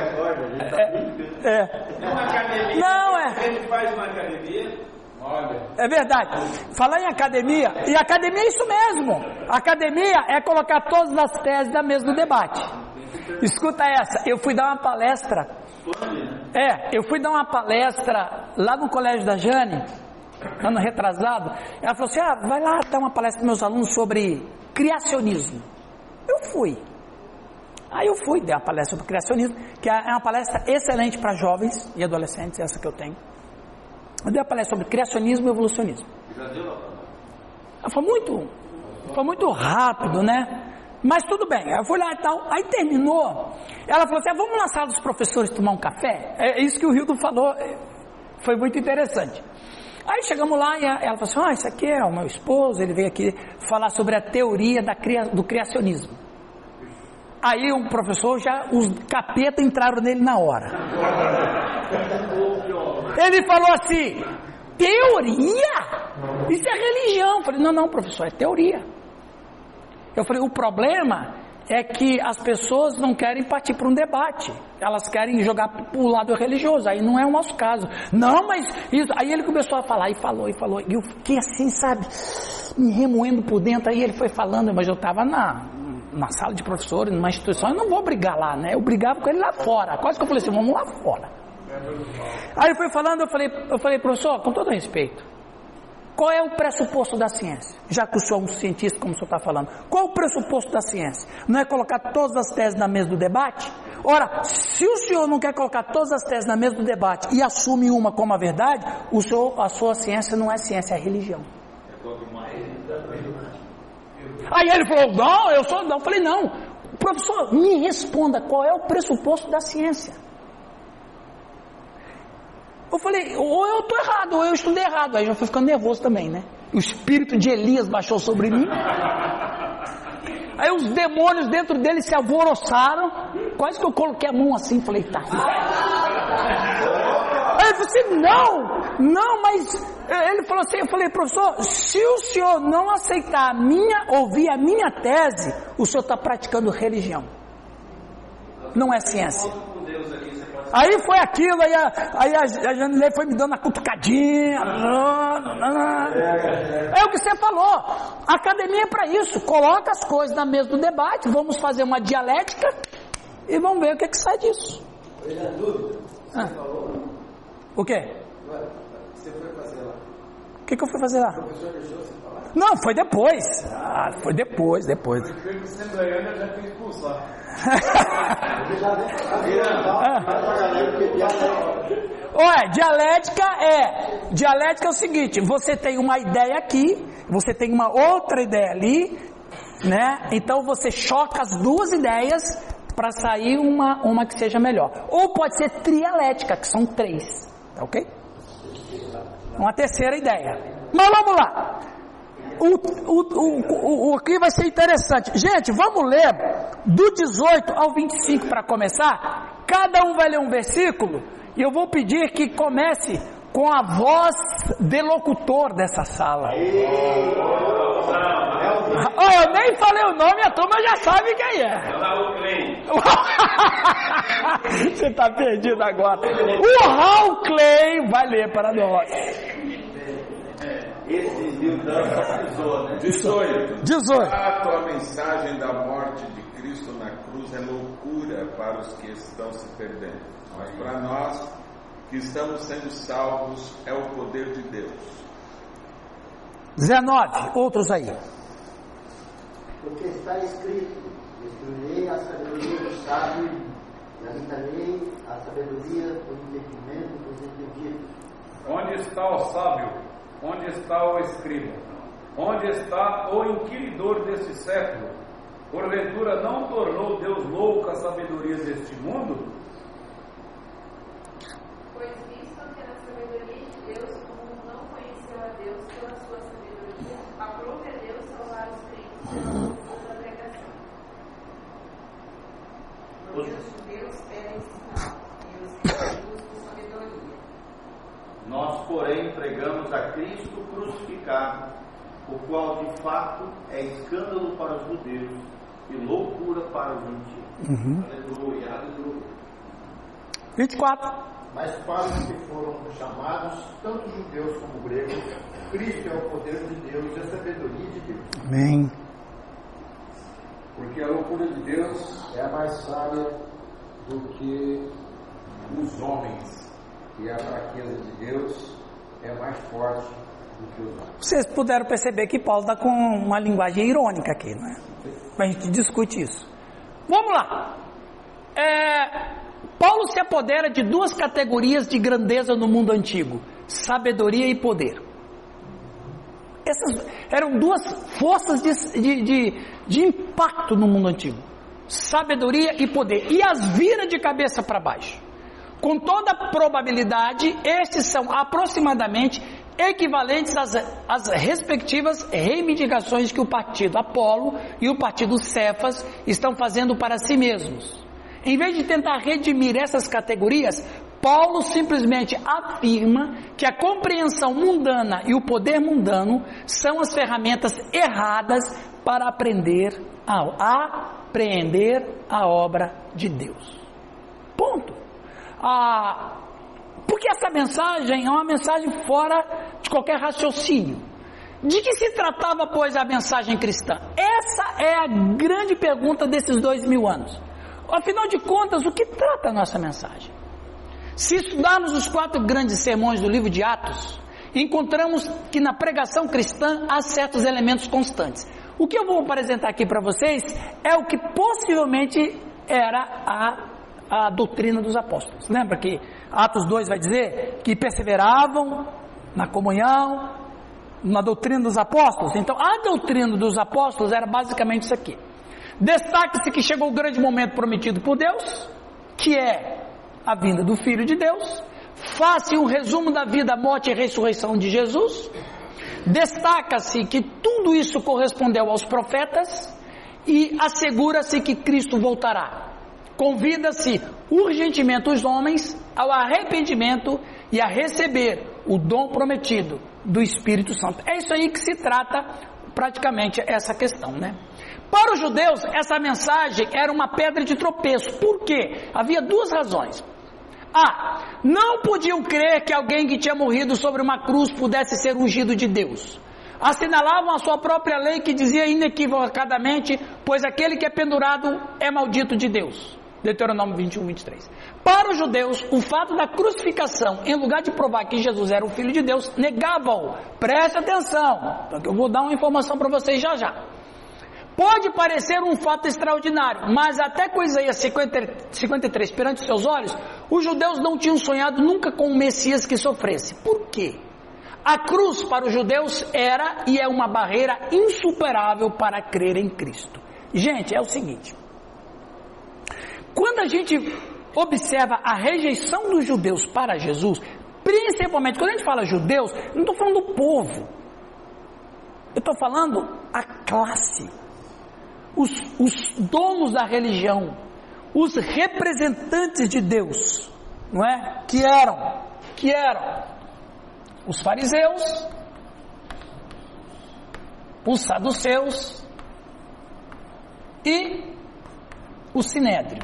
É uma academia. Não, A gente faz uma academia. Olha. É verdade. Falar em academia, e academia é isso mesmo. Academia é colocar todas as teses da mesa do debate. Escuta essa, eu fui dar uma palestra. Eu fui dar uma palestra lá no colégio da Jane, ano retrasado. Ela falou assim: vai lá dar uma palestra para meus alunos sobre criacionismo. Eu fui. Aí eu fui, dei uma palestra sobre criacionismo, que é uma palestra excelente para jovens e adolescentes, essa que eu tenho. Eu dei uma palestra sobre criacionismo e evolucionismo. Foi muito rápido, né? Mas tudo bem, eu fui lá e tal. Aí terminou. Ela falou assim: vamos na sala dos professores tomar um café? É isso que o Rildo falou, foi muito interessante. Aí chegamos lá e ela falou assim: isso aqui é o meu esposo, ele veio aqui falar sobre a teoria do criacionismo. Aí o professor, os capeta entraram nele na hora. Ele falou assim: teoria? Isso é religião. Eu falei: não, professor, é teoria. Eu falei: o problema é que as pessoas não querem partir para um debate, elas querem jogar para o lado religioso. Aí não é o nosso caso. Não, mas isso. Aí ele começou a falar, e falou, e eu fiquei assim, sabe, me remoendo por dentro. Aí ele foi falando, mas eu estava na sala de professores, numa instituição, eu não vou brigar lá, né? Eu brigava com ele lá fora. Quase que eu falei assim: vamos lá fora. Aí ele foi falando, eu falei: professor, com todo respeito, qual é o pressuposto da ciência? Já que o senhor é um cientista, como o senhor está falando, qual é o pressuposto da ciência? Não é colocar todas as teses na mesa do debate? Ora, se o senhor não quer colocar todas as teses na mesa do debate e assume uma como a verdade, a sua ciência não é ciência, é religião. Aí ele falou: não, eu sou não. Eu falei: não, professor, me responda, qual é o pressuposto da ciência? Eu falei: ou eu estou errado, ou eu estudei errado. Aí já fui ficando nervoso também, né? O espírito de Elias baixou sobre mim. Aí os demônios dentro dele se alvoroçaram. Quase que eu coloquei a mão assim, falei: tá. Aí ele falou assim: não, mas ele falou assim, eu falei: professor, se o senhor não aceitar ouvir a minha tese, o senhor está praticando religião, não é ciência. Aí foi aquilo, aí a Janilei foi me dando uma cutucadinha. É o que você falou, a academia é para isso, coloca as coisas na mesa do debate, vamos fazer uma dialética e vamos ver o que sai disso. O quê? Você foi fazer lá? O que eu fui fazer lá? O professor deixou você falar? Não, foi depois. Foi depois. Sendo aí, eu já fui expulsar. Olha, dialética é o seguinte: você tem uma ideia aqui, você tem uma outra ideia ali, né? Então você choca as duas ideias para sair uma que seja melhor. Ou pode ser trialética, que são 3, ok? Uma terceira ideia. Mas vamos lá. O que vai ser interessante. Gente, vamos ler do 18 ao 25 para começar. Cada um vai ler um versículo e eu vou pedir que comece com a voz de locutor dessa sala. Eu nem falei o nome, a turma já sabe quem é. Você está perdido agora. O Hal Clay vai ler para nós. Esse livro precisou, né? 18. A mensagem da morte de Cristo na cruz é loucura para os que estão se perdendo. Mas para nós que estamos sendo salvos é o poder de Deus. 19, outros aí. Porque está escrito: destruirei a sabedoria do sábio e habitarei a sabedoria do entendimento dos entendidos. Onde está o sábio? Onde está o escriba? Onde está o inquiridor desse século? Porventura não tornou Deus louca a sabedoria deste mundo? Pois visto que na sabedoria de Deus, como não conheceu a Deus pela sua sabedoria, aprove a Deus salvar os crentes pela pregação. Porque os judeus pedem sinal, e os gentios de sabedoria. Nós, porém, pregamos a Cristo crucificado, o qual de fato é escândalo para os judeus e loucura para os gentios. Aleluia, aleluia. 24. Mas para os que foram chamados, tanto judeus como gregos, Cristo é o poder de Deus e a sabedoria de Deus. Amém. Porque a loucura de Deus é mais sábia do que os homens, e a fraqueza de Deus é mais forte do que os homens. Vocês puderam perceber que Paulo está com uma linguagem irônica aqui, não é? A gente discute isso. Vamos lá. Paulo se apodera de duas categorias de grandeza no mundo antigo: sabedoria e poder. Essas eram duas forças de impacto no mundo antigo: sabedoria e poder, e as vira de cabeça para baixo. Com toda probabilidade, estes são aproximadamente equivalentes às respectivas reivindicações que o partido Apolo e o partido Cefas estão fazendo para si mesmos. Em vez de tentar redimir essas categorias, Paulo simplesmente afirma que a compreensão mundana e o poder mundano são as ferramentas erradas para apreender a obra de Deus. Ponto. Porque essa mensagem é uma mensagem fora de qualquer raciocínio. De que se tratava, pois, a mensagem cristã? Essa é a grande pergunta desses 2000 anos. Afinal de contas, o que trata a nossa mensagem? Se estudarmos os 4 grandes sermões do livro de Atos, encontramos que na pregação cristã há certos elementos constantes. O que eu vou apresentar aqui para vocês é o que possivelmente era a doutrina dos apóstolos. Lembra que Atos 2 vai dizer que perseveravam na comunhão, na doutrina dos apóstolos? Então, a doutrina dos apóstolos era basicamente isso aqui. Destaque-se que chegou o grande momento prometido por Deus, que é a vinda do Filho de Deus. Faça um resumo da vida, morte e ressurreição de Jesus. Destaca-se que tudo isso correspondeu aos profetas e assegura-se que Cristo voltará. Convida-se urgentemente os homens ao arrependimento e a receber o dom prometido do Espírito Santo. É isso aí que se trata praticamente essa questão, né? Para os judeus, essa mensagem era uma pedra de tropeço. Por quê? Havia 2 razões. Não podiam crer que alguém que tinha morrido sobre uma cruz pudesse ser ungido de Deus. Assinalavam a sua própria lei, que dizia inequivocadamente: pois aquele que é pendurado é maldito de Deus. Deuteronômio 21, 23. Para os judeus, o fato da crucificação, em lugar de provar que Jesus era o Filho de Deus, negava-o. Preste atenção, eu vou dar uma informação para vocês já já. Pode parecer um fato extraordinário, mas até com Isaías 53 perante os seus olhos, os judeus não tinham sonhado nunca com um Messias que sofresse. Por quê? A cruz para os judeus era e é uma barreira insuperável para crer em Cristo. Gente, é o seguinte: quando a gente observa a rejeição dos judeus para Jesus, principalmente quando a gente fala judeus, não estou falando do povo, eu estou falando a classe, os donos da religião, os representantes de Deus, não é? Que eram os fariseus, os saduceus e o Sinédrio.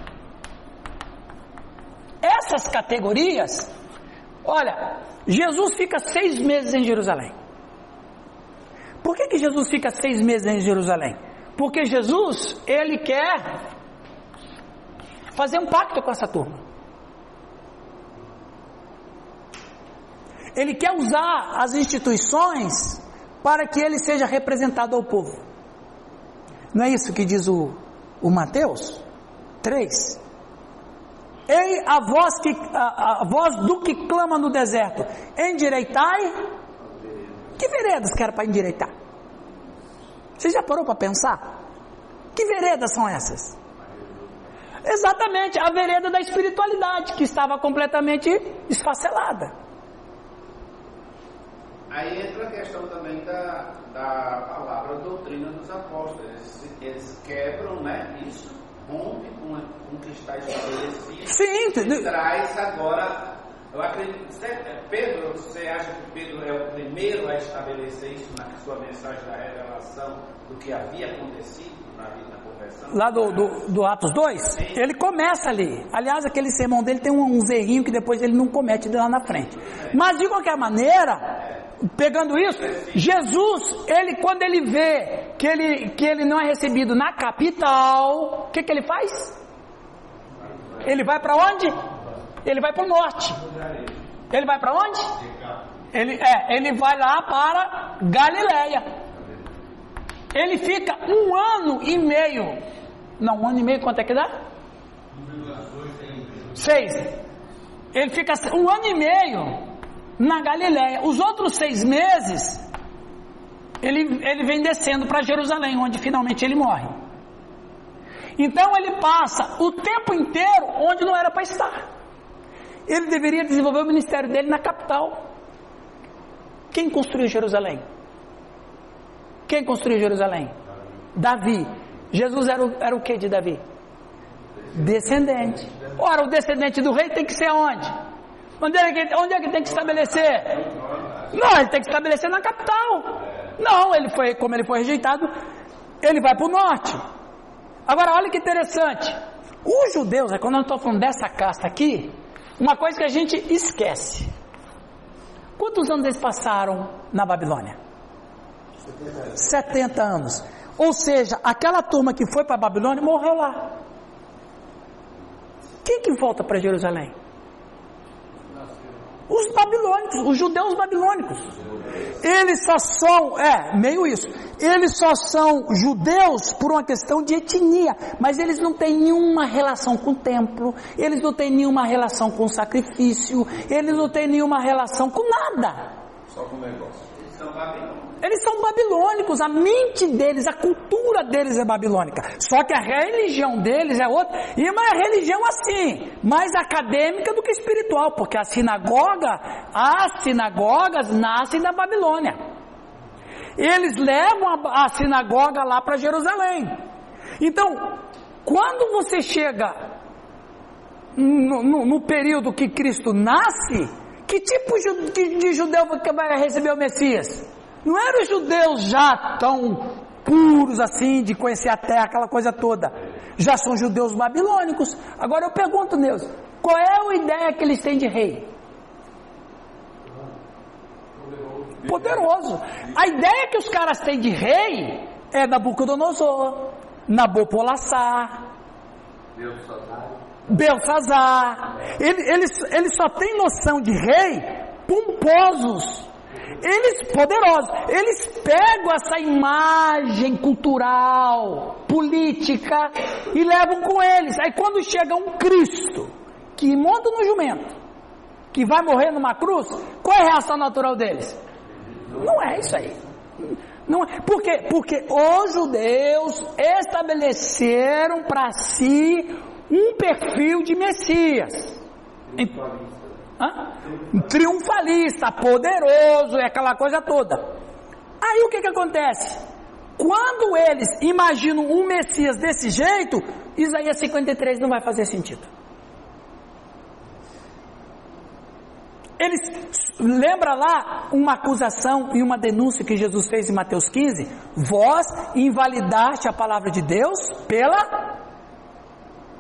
Essas categorias, olha, Jesus fica 6 meses em Jerusalém. Por que Jesus fica 6 meses em Jerusalém? Porque Jesus, ele quer fazer um pacto com essa turma. Ele quer usar as instituições para que ele seja representado ao povo. Não é isso que diz o Mateus 3? Ei, a voz do que clama no deserto, endireitai. Que veredas que era para endireitar? Você já parou para pensar? Que veredas são essas? Exatamente, a vereda da espiritualidade, que estava completamente esfacelada. Aí entra a questão também da palavra doutrina dos apóstolos. Eles quebram, né, isso, rompe com o que está estabelecido. Sim, e traz agora, eu acredito, Pedro, você acha que Pedro é o primeiro a estabelecer isso na sua mensagem da revelação do que havia acontecido na conversão? Lá do Atos 2, sim. Ele começa ali. Aliás, aquele sermão dele tem um errinho que depois ele não comete lá na frente. Mas de qualquer maneira, pegando isso, Jesus, ele, quando ele vê que ele não é recebido na capital, o que ele faz? Ele vai para onde? Ele vai para o norte. Ele vai para onde? Ele vai lá para Galileia. Ele fica 1 ano e meio. Não, 1 ano e meio, quanto é que dá? 6. Ele fica 1 ano e meio na Galileia. Os outros 6 meses ele vem descendo para Jerusalém, onde finalmente ele morre. Então ele passa o tempo inteiro onde não era para estar. Ele deveria desenvolver o ministério dele na capital. Quem construiu Jerusalém? Quem construiu Jerusalém? Davi. Jesus era o que de Davi? Descendente. Ora, o descendente do rei tem que ser onde? Onde é que tem que estabelecer? Não, ele tem que estabelecer na capital. Não, como ele foi rejeitado, ele vai para o norte. Agora, olha que interessante. Os judeus, quando eu estou falando dessa casta aqui, uma coisa que a gente esquece. Quantos anos eles passaram na Babilônia? 70 anos. Ou seja, aquela turma que foi para a Babilônia morreu lá. Quem que volta para Jerusalém? Os babilônicos, os judeus babilônicos. Eles só são, meio isso. Eles só são judeus por uma questão de etnia, mas eles não têm nenhuma relação com o templo, eles não têm nenhuma relação com o sacrifício, eles não têm nenhuma relação com nada. Só com o negócio. Eles são babilônicos. Eles são babilônicos, a mente deles, a cultura deles é babilônica. Só que a religião deles é outra, e uma religião assim, mais acadêmica do que espiritual, porque as sinagogas nascem da Babilônia. Eles levam a sinagoga lá para Jerusalém. Então, quando você chega no período que Cristo nasce, que tipo de judeu que vai receber o Messias? Não eram os judeus já tão puros assim, de conhecer a terra, aquela coisa toda. Já são judeus babilônicos. Agora eu pergunto, Deus, qual é a ideia que eles têm de rei? Poderoso. A ideia que os caras têm de rei é Nabucodonosor, Nabopolassar, Belsazar. Eles só têm noção de rei pomposos. Eles, poderosos, eles pegam essa imagem cultural, política, e levam com eles. Aí quando chega um Cristo, que monta no jumento, que vai morrer numa cruz, qual é a reação natural deles? Não é isso aí. Não é. Por quê? Porque os judeus estabeleceram para si um perfil de Messias. Triunfalista, poderoso, é aquela coisa toda. Aí o que acontece? Quando eles imaginam um Messias desse jeito, Isaías 53 não vai fazer sentido. Lembra lá uma acusação e uma denúncia que Jesus fez em Mateus 15? Vós invalidaste a palavra de Deus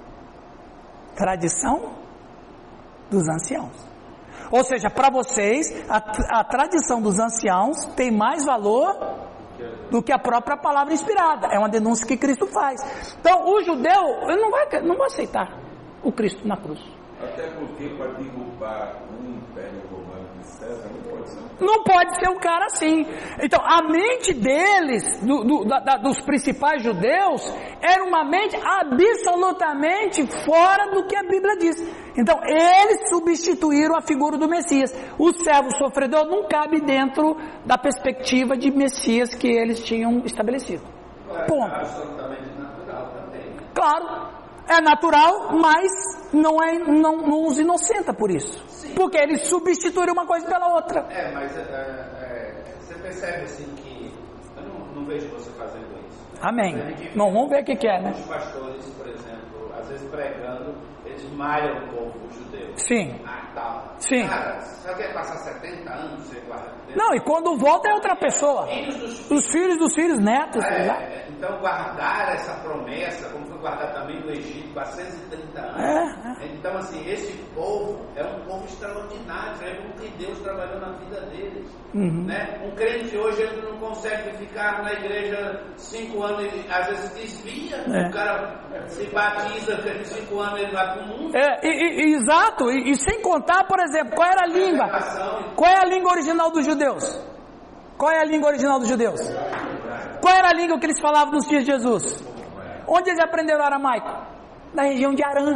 tradição dos anciãos. Ou seja, para vocês, a tradição dos anciãos tem mais valor do que a própria palavra inspirada. É uma denúncia que Cristo faz. Então, o judeu, ele não vai aceitar o Cristo na cruz. Até porque para derrubar um império romano de César não pode ser um cara assim. Então, a mente deles, dos principais judeus, era uma mente absolutamente fora do que a Bíblia diz. Então, eles substituíram a figura do Messias. O servo sofredor não cabe dentro da perspectiva de Messias que eles tinham estabelecido. Ponto. É absolutamente natural também. Claro. É natural, mas não os inocenta por isso. Sim. Porque eles substituíram uma coisa pela outra. Mas você percebe assim que eu não vejo você fazendo isso. Né? Amém. Não, vamos ver o que é, né? Os pastores, por exemplo, às vezes pregando, eles malham o povo judeu. Sim. Tal. Sim. Cara, você quer passar 70 anos sem guardar? Não, e quando volta é outra pessoa. Os filhos dos filhos, netos. Então guardar essa promessa, como foi guardado também no Egito, há 130 anos. Então assim, esse povo é um povo extraordinário, é como que Deus trabalhou na vida deles. Né? Um crente hoje ele não consegue ficar na igreja 5 anos, e às vezes desvia, o cara se batiza, 5 anos ele vai para o mundo. Exato, e sem contar, por exemplo, qual era a língua? Qual é a língua original dos judeus? Qual é a língua original dos judeus? Qual era a língua que eles falavam nos dias de Jesus? Onde eles aprenderam o aramaico? Na região de Arã.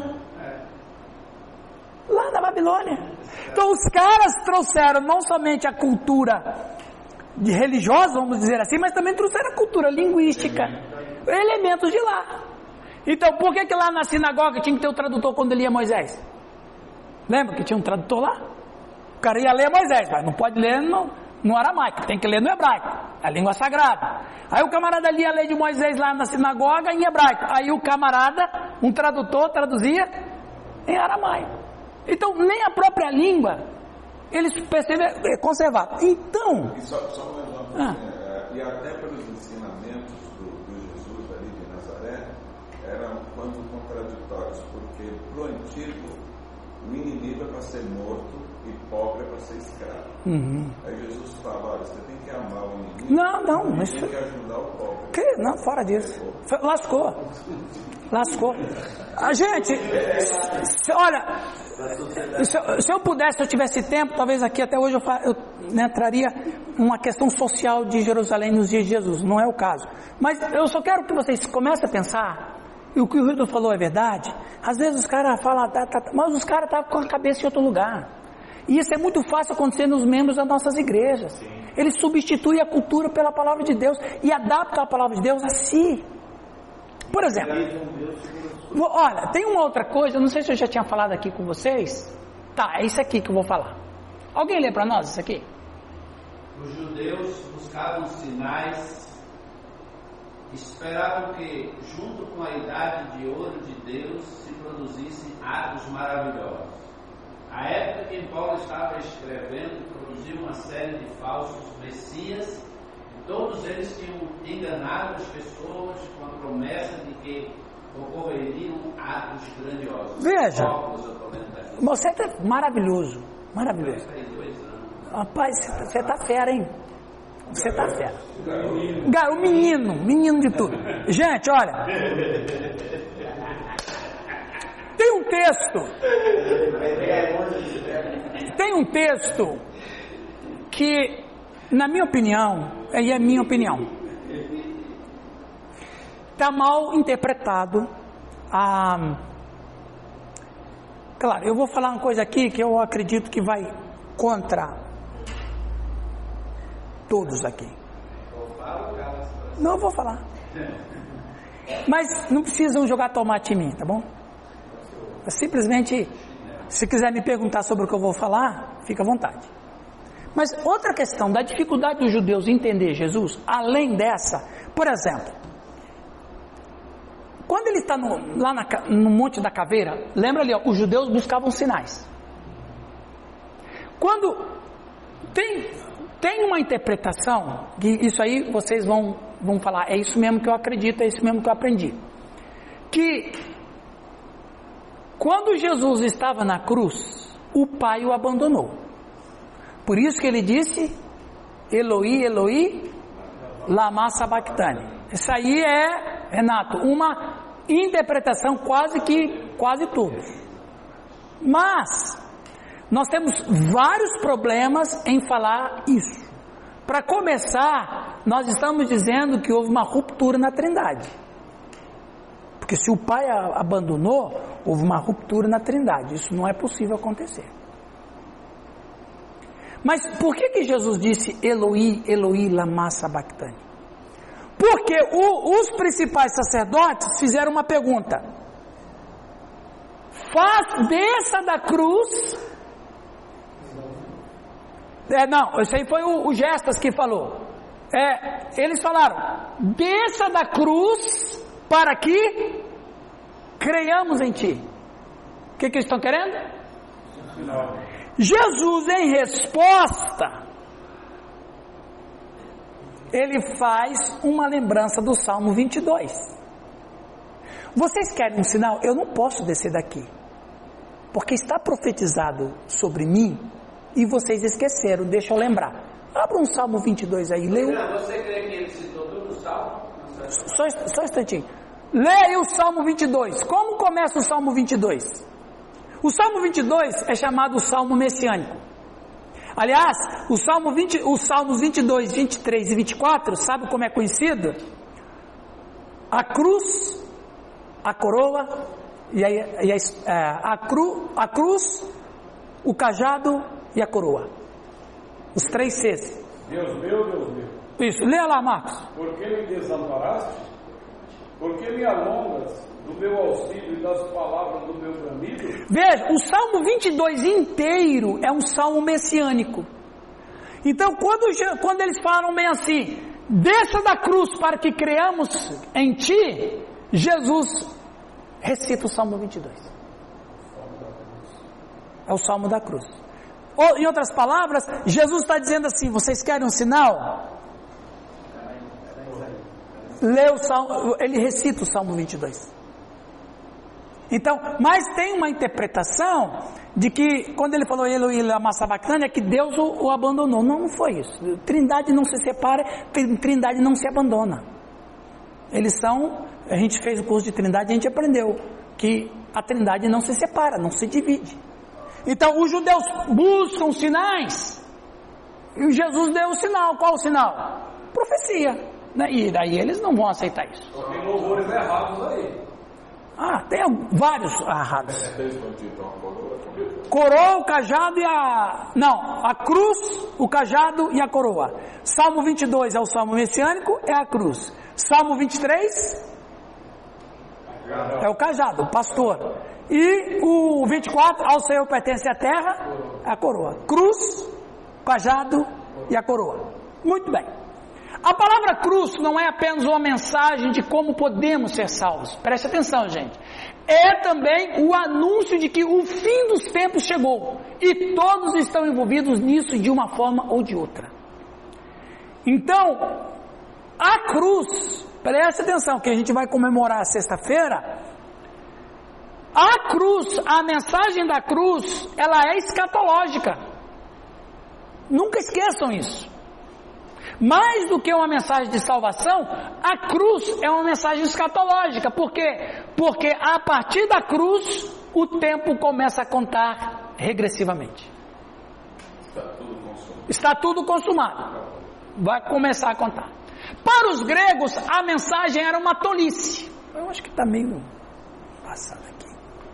Lá na Babilônia. Então os caras trouxeram não somente a cultura religiosa, vamos dizer assim, mas também trouxeram a cultura linguística, elementos de lá. Então por que lá na sinagoga tinha que ter o tradutor quando ele lia Moisés? Lembra que tinha um tradutor lá? O cara ia ler Moisés, mas não pode ler no aramaico, tem que ler no hebraico, a língua sagrada. Aí o camarada lia a lei de Moisés lá na sinagoga em hebraico. Aí o camarada, um tradutor, traduzia em aramaico. Então nem a própria língua eles conservaram. Então... E só mais uma coisa, e até pelos ensinamentos do Jesus ali de Nazaré, eram quanto contraditórios, porque para o antigo, o inimigo é para ser morto e pobre é para ser escravo. Aí Jesus fala, olha, você tem que amar o inimigo, mas tem que ajudar o pobre. Não, fora disso. Lascou. A gente, olha, se eu pudesse, se eu tivesse tempo, talvez aqui até hoje eu traria uma questão social de Jerusalém nos dias de Jesus, não é o caso. Mas eu só quero que vocês comecem a pensar, e o que o Hildo falou é verdade. Às vezes os caras falam, mas os caras estavam com a cabeça em outro lugar. E isso é muito fácil acontecer nos membros das nossas igrejas. Sim. Eles substituem a cultura pela palavra de Deus e adaptam a palavra de Deus a si. Por exemplo, olha, tem uma outra coisa, eu não sei se eu já tinha falado aqui com vocês. É isso aqui que eu vou falar. Alguém lê para nós isso aqui? Os judeus buscavam sinais, esperavam que, junto com a idade de ouro de Deus, se produzissem atos maravilhosos. A época em que Paulo estava escrevendo produziu uma série de falsos messias, e todos eles tinham enganado as pessoas com a promessa de que ocorreriam atos grandiosos. Veja, você é maravilhoso. Rapaz, você tá fera, hein? Você tá fera. O menino de tudo. Gente, olha, tem um texto que, na minha opinião, e é minha opinião, está mal interpretado. Claro, eu vou falar uma coisa aqui que eu acredito que vai contra todos aqui. Não, eu vou falar. Mas não precisam jogar tomate em mim, tá bom? Simplesmente, se quiser me perguntar sobre o que eu vou falar, fica à vontade. Mas outra questão da dificuldade dos judeus em entender Jesus, além dessa, por exemplo, quando ele está lá no Monte da Caveira, lembra ali, os judeus buscavam sinais. Quando tem uma interpretação, que isso aí vocês vão falar, é isso mesmo que eu acredito, é isso mesmo que eu aprendi, que Quando Jesus estava na cruz, o Pai o abandonou. Por isso que ele disse, Eloi, Eloi, lama sabachthani. Isso aí é, Renato, uma interpretação quase tudo. Mas nós temos vários problemas em falar isso. Para começar, nós estamos dizendo que houve uma ruptura na Trindade. Porque se o Pai abandonou, houve uma ruptura na Trindade. Isso não é possível acontecer. Mas por que Jesus disse Eloi, Eloi, lama sabachthani? Porque os principais sacerdotes fizeram uma pergunta. Desça da cruz. Não, isso aí foi o Gestas que falou. Eles falaram, desça da cruz para que creiamos em ti. O que eles estão querendo? Jesus, em resposta, ele faz uma lembrança do Salmo 22. Vocês querem um sinal? Eu não posso descer daqui, porque está profetizado sobre mim e vocês esqueceram. Deixa eu lembrar. Abra um Salmo 22 aí, leia. Você crê que ele citou todo o Salmo? Só um instantinho. Leia o Salmo 22. Como começa o Salmo 22? O Salmo 22 é chamado o Salmo Messiânico. Aliás, os Salmos 22, 23 e 24, sabe como é conhecido? A cruz, a coroa, a cruz, o cajado e a coroa. Os 3 Cs. Deus meu, Deus meu. Isso, leia lá, Marcos. Por que me desamparaste? Por que me alongas do meu auxílio e das palavras do meu bramido? Veja, o Salmo 22 inteiro é um salmo messiânico. Então, quando eles falam bem assim, desça da cruz para que creamos em ti, Jesus recita o Salmo 22. É o Salmo da cruz. Ou, em outras palavras, Jesus está dizendo assim, vocês querem um sinal? Lê o Salmo, ele recita o Salmo 22. Então, mas tem uma interpretação de que quando ele falou Eloi lama sabachthani é que Deus o abandonou. Não foi isso. Trindade não se separa, Trindade não se abandona. A gente fez o curso de Trindade e a gente aprendeu que a Trindade não se separa, não se divide. Então, os judeus buscam sinais e Jesus deu o sinal. Qual o sinal? Profecia. E daí eles não vão aceitar isso. Só tem louvores errados aí. Tem vários errados. Coroa, o cajado e a cruz, o cajado e a coroa. Salmo 22 é o salmo messiânico, é a cruz. Salmo 23 é o cajado, o pastor. E o 24, ao Senhor pertence a terra, é a coroa. Cruz, cajado e a coroa. Muito bem. A palavra cruz não é apenas uma mensagem de como podemos ser salvos. Preste atenção, gente. É também o anúncio de que o fim dos tempos chegou. E todos estão envolvidos nisso de uma forma ou de outra. Então, a cruz, preste atenção, que a gente vai comemorar sexta-feira. A cruz, a mensagem da cruz, ela é escatológica. Nunca esqueçam isso. Mais do que uma mensagem de salvação, a cruz é uma mensagem escatológica. Por quê? Porque a partir da cruz, o tempo começa a contar regressivamente. Está tudo consumado. Vai começar a contar. Para os gregos, a mensagem era uma tolice. Eu acho que está meio passado aqui.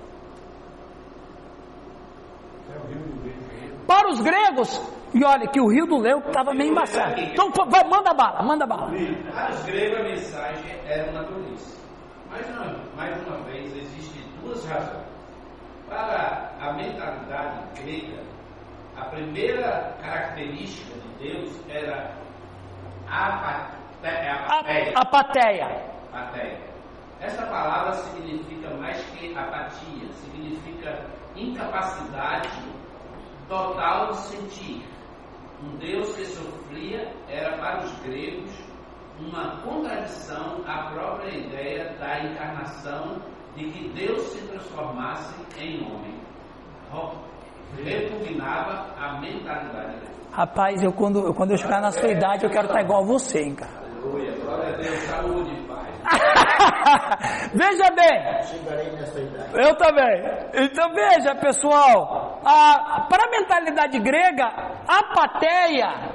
Para os gregos, e olha que o Rio do Leu estava meio embaçado. Então manda bala. Para os gregos a mensagem era uma tolice. Mais uma vez, existem duas razões. Para a mentalidade grega, a primeira característica de Deus era a apatheia. Essa palavra significa mais que apatia, significa incapacidade total de sentir. Um Deus que sofria era para os gregos uma contradição à própria ideia da encarnação de que Deus se transformasse em homem. Repugnava a mentalidade dele. Rapaz, quando eu chegar na sua idade, eu quero estar igual a você, hein, cara. Aleluia, glória a Deus, saúde e paz. Veja bem. Chegarei nessa idade. Eu também. Então veja, pessoal, para a mentalidade grega, apatheia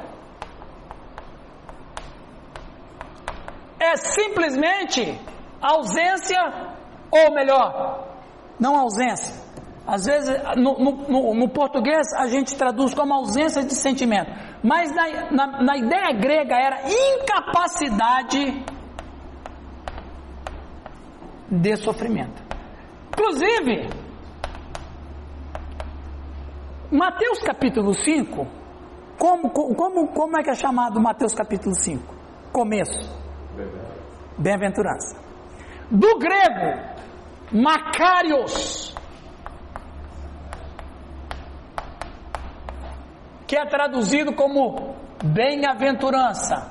é simplesmente ausência, ou melhor, não ausência. Às vezes, no português, a gente traduz como ausência de sentimento. Mas na ideia grega era incapacidade de sofrimento. Inclusive, Mateus capítulo 5, como é que é chamado Mateus capítulo 5? Começo. Bem-aventurança. Do grego, Makarios, que é traduzido como bem-aventurança,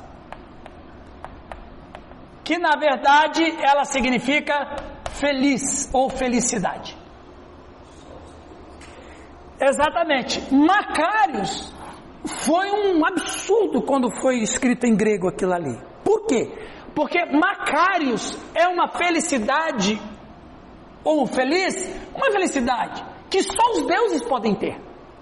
que na verdade ela significa feliz ou felicidade. Exatamente. Makarios foi um absurdo quando foi escrito em grego aquilo ali. Por quê? Porque Makarios é uma felicidade, ou feliz, uma felicidade que só os deuses podem ter.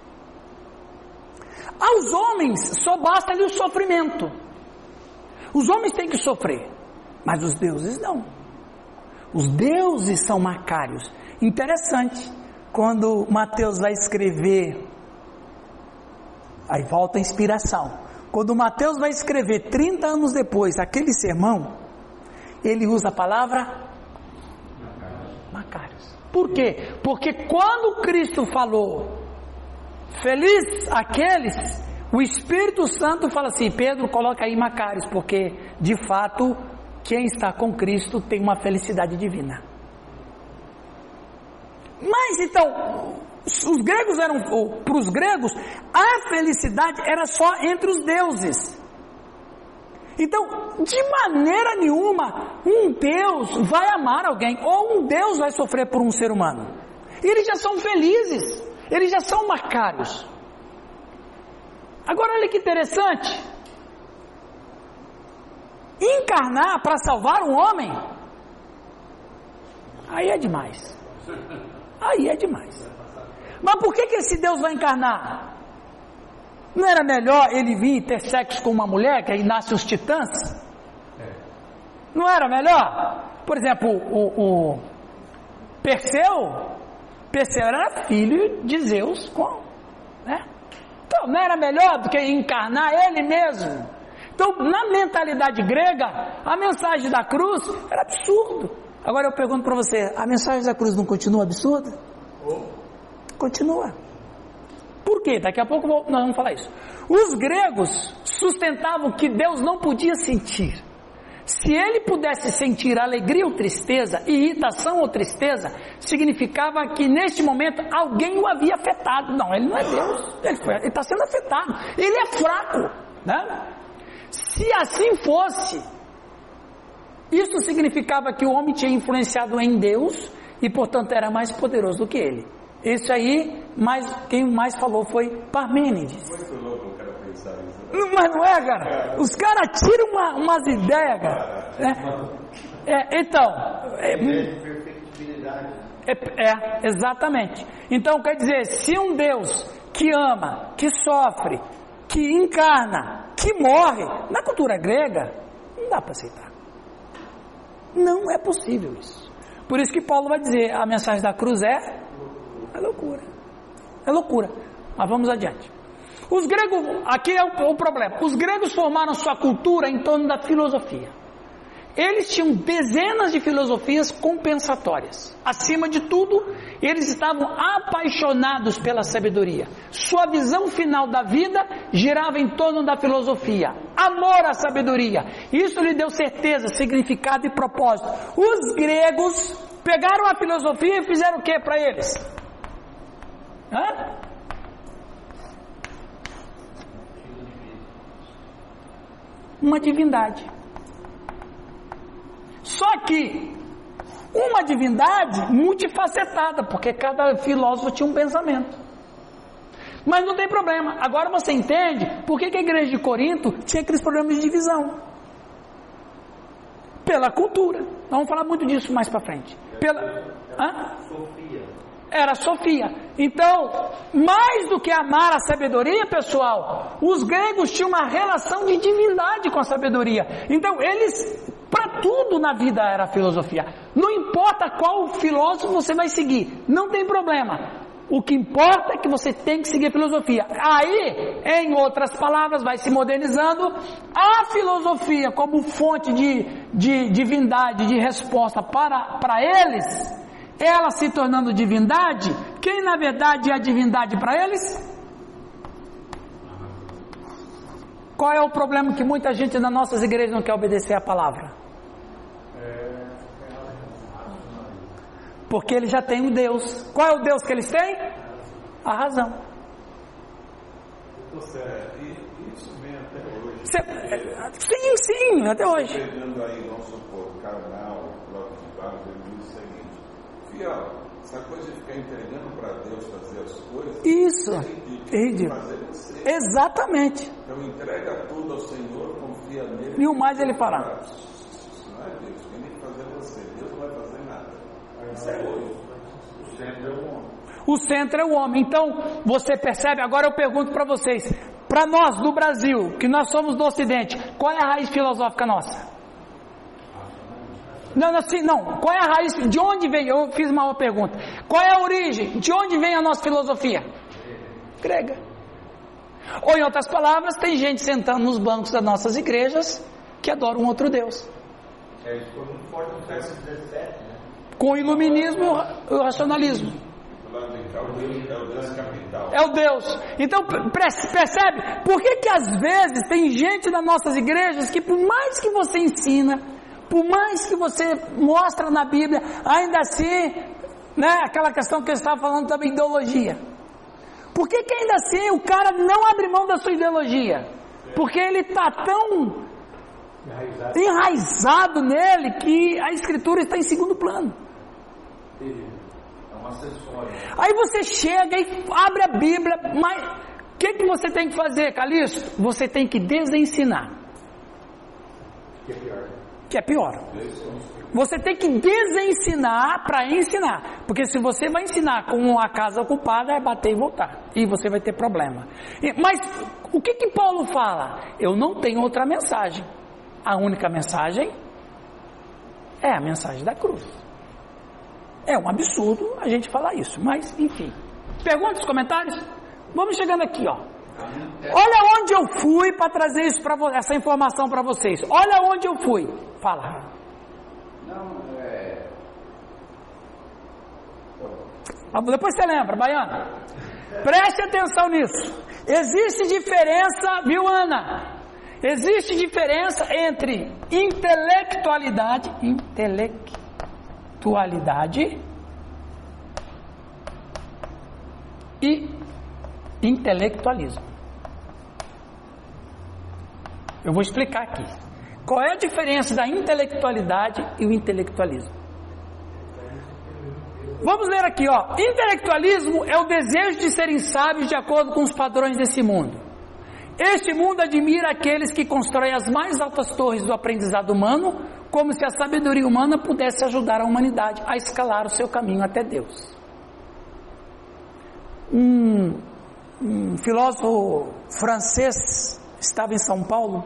Aos homens só basta ali o sofrimento. Os homens têm que sofrer, mas os deuses não. Os deuses são Makarios. Interessante, quando Mateus vai escrever, aí volta a inspiração. Quando Mateus vai escrever 30 anos depois aquele sermão, ele usa a palavra Makarios. Por quê? Porque quando Cristo falou feliz aqueles, o Espírito Santo fala assim: Pedro, coloca aí Makarios, porque de fato quem está com Cristo tem uma felicidade divina. Mas então, os gregos para os gregos, a felicidade era só entre os deuses. Então, de maneira nenhuma, um Deus vai amar alguém, ou um Deus vai sofrer por um ser humano. Eles já são felizes, eles já são Makarios. Agora olha que interessante, encarnar para salvar um homem, aí é demais. Aí é demais. Mas por que esse Deus vai encarnar? Não era melhor ele vir ter sexo com uma mulher, que aí nasce os titãs? Não era melhor? Por exemplo, o Perseu era filho de Zeus, né? Então não era melhor do que encarnar ele mesmo? Então, na mentalidade grega, a mensagem da cruz era absurdo. Agora eu pergunto para você, a mensagem da cruz não continua absurda? Continua. Por quê? Daqui a pouco nós vamos falar isso. Os gregos sustentavam que Deus não podia sentir. Se ele pudesse sentir alegria ou tristeza, irritação ou tristeza, significava que neste momento alguém o havia afetado. Não, ele não é Deus, ele está sendo afetado, ele é fraco, né? Se assim fosse, isso significava que o homem tinha influenciado em Deus e portanto era mais poderoso do que ele. Isso aí, quem mais falou foi Parmênides. Muito louco o cara pensar isso. Mas não é, cara? Os caras tiram umas ideias, cara. Exatamente. Então quer dizer, se um Deus que ama, que sofre, que encarna, que morre, na cultura grega, não dá para aceitar. Não é possível isso. Por isso que Paulo vai dizer, a mensagem da cruz é loucura. É loucura. Mas vamos adiante. Os gregos, aqui é o problema. Os gregos formaram sua cultura em torno da filosofia. Eles tinham dezenas de filosofias compensatórias. Acima de tudo, eles estavam apaixonados pela sabedoria. Sua visão final da vida girava em torno da filosofia. Amor à sabedoria. Isso lhe deu certeza, significado e propósito. Os gregos pegaram a filosofia e fizeram o que para eles? Uma divindade. Só que Uma divindade multifacetada, porque cada filósofo tinha um pensamento. Mas não tem problema. Agora você entende por que a igreja de Corinto tinha aqueles problemas de divisão. Pela cultura. Nós vamos falar muito disso mais para frente. Era Sofia. Então, mais do que amar a sabedoria, pessoal, os gregos tinham uma relação de divindade com a sabedoria. Então, eles, para tudo na vida era filosofia. Não importa qual filósofo você vai seguir, não tem problema. O que importa é que você tem que seguir a filosofia. Aí, em outras palavras, vai se modernizando. A filosofia como fonte de divindade, de resposta para eles, ela se tornando divindade. Quem na verdade é a divindade para eles? Qual é o problema que muita gente nas nossas igrejas não quer obedecer a palavra? Porque eles já têm um Deus. Qual é o Deus que eles têm? A razão. Isso vem até hoje. Sim, até hoje. Pegando aí, vamos supor, carnal, bloco de barro, ele diz o seguinte: fiel, essa coisa de ficar entregando para Deus fazer as coisas, isso é ridículo. Fazer você. Exatamente. Então entrega tudo ao Senhor, confia nele. E o mais ele fará. Não é Deus, quem tem que fazer é você. Deus não vai fazer nada. Isso é hoje. O centro é o homem. O centro é o homem. Então, você percebe? Agora eu pergunto para vocês, para nós do Brasil, que nós somos do Ocidente, qual é a raiz filosófica nossa? Não. Qual é a raiz? De onde vem? Eu fiz uma pergunta. Qual é a origem? De onde vem a nossa filosofia? Grega. Ou em outras palavras, tem gente sentando nos bancos das nossas igrejas que adora um outro Deus. Isso foi muito forte no século XVII, né? Com o iluminismo e o racionalismo. É o Deus. Então percebe? Por que às vezes tem gente nas nossas igrejas que por mais que você ensina, por mais que você mostra na Bíblia, ainda assim, né, aquela questão que eu estava falando também, ideologia. Por que ainda assim o cara não abre mão da sua ideologia? Porque ele está tão enraizado nele que a escritura está em segundo plano. É uma acessória. Aí você chega e abre a Bíblia, mas o que você tem que fazer, Calixto? Você tem que desensinar. Que é pior. Você tem que desensinar para ensinar. Porque se você vai ensinar com a casa ocupada, é bater e voltar. E você vai ter problema. Mas o que Paulo fala? Eu não tenho outra mensagem. A única mensagem é a mensagem da cruz. É um absurdo a gente falar isso, mas enfim. Perguntas, comentários? Vamos chegando aqui, ó. Olha onde eu fui para trazer isso essa informação para vocês. Olha onde eu fui. Fala. Depois você lembra, Baiana. Preste atenção nisso. Existe diferença, viu, Ana? Existe diferença entre intelectualidade e intelectualismo. Eu vou explicar aqui. Qual é a diferença da intelectualidade e o intelectualismo? Vamos ler aqui, ó. Intelectualismo é o desejo de serem sábios de acordo com os padrões desse mundo. Este mundo admira aqueles que constroem as mais altas torres do aprendizado humano, como se a sabedoria humana pudesse ajudar a humanidade a escalar o seu caminho até Deus. Um filósofo francês estava em São Paulo,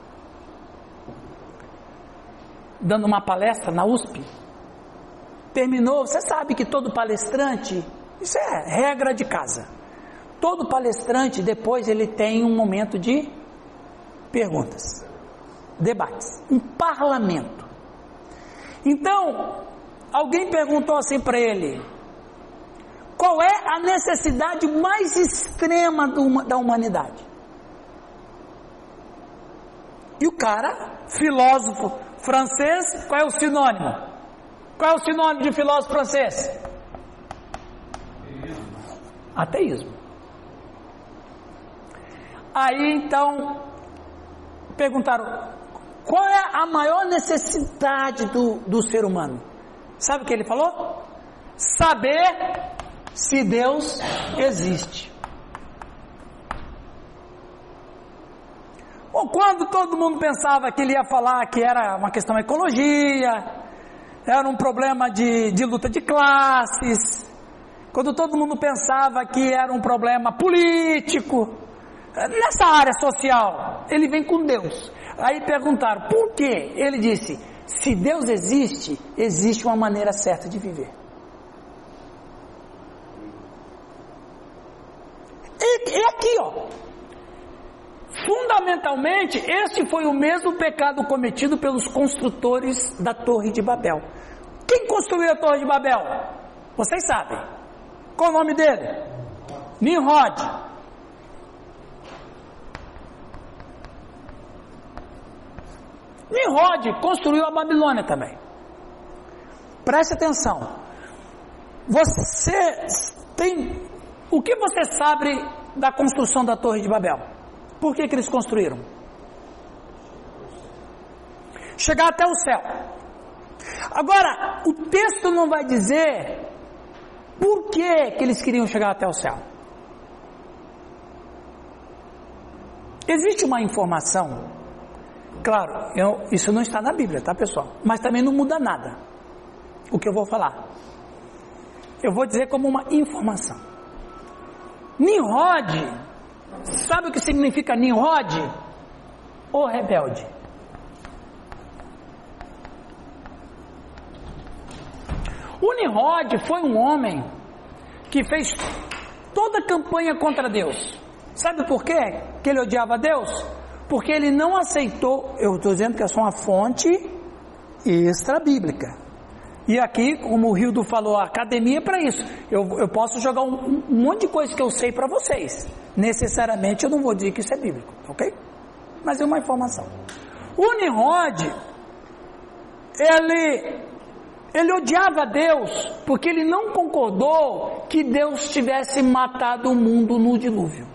dando uma palestra na USP. Terminou, você sabe que todo palestrante, isso é regra de casa, todo palestrante depois ele tem um momento de perguntas, debates, um parlamento. Então, alguém perguntou assim para ele: qual é a necessidade mais extrema da humanidade? E o cara, filósofo francês, qual é o sinônimo? Qual é o sinônimo de filósofo francês? Ateísmo. Aí então perguntaram: qual é a maior necessidade do ser humano? Sabe o que ele falou? Saber se Deus existe. Ou quando todo mundo pensava que ele ia falar que era uma questão de ecologia, era um problema de luta de classes, quando todo mundo pensava que era um problema político, nessa área social, ele vem com Deus. Aí perguntaram, por quê? Ele disse, se Deus existe, existe uma maneira certa de viver. E aqui, ó, fundamentalmente, este foi o mesmo pecado cometido pelos construtores da Torre de Babel. Quem construiu a Torre de Babel? Vocês sabem. Qual o nome dele? Nimrod. Nimrod construiu a Babilônia também. Preste atenção. O que você sabe da construção da Torre de Babel? Por que eles construíram? Chegar até o céu. Agora, o texto não vai dizer por que eles queriam chegar até o céu. Existe uma informação, claro, isso não está na Bíblia, tá, pessoal? Mas também não muda nada o que eu vou falar. Eu vou dizer como uma informação. Nimrod, sabe o que significa Nimrod? O rebelde. O Nimrod foi um homem que fez toda a campanha contra Deus. Sabe por quê que ele odiava Deus? Porque ele não aceitou, eu estou dizendo que é só uma fonte extra-bíblica. E aqui, como o Rildo falou, a academia é para isso. Eu posso jogar um monte de coisa que eu sei para vocês. Necessariamente eu não vou dizer que isso é bíblico, ok? Mas é uma informação. O Nimrod, ele odiava Deus, porque ele não concordou que Deus tivesse matado o mundo no dilúvio.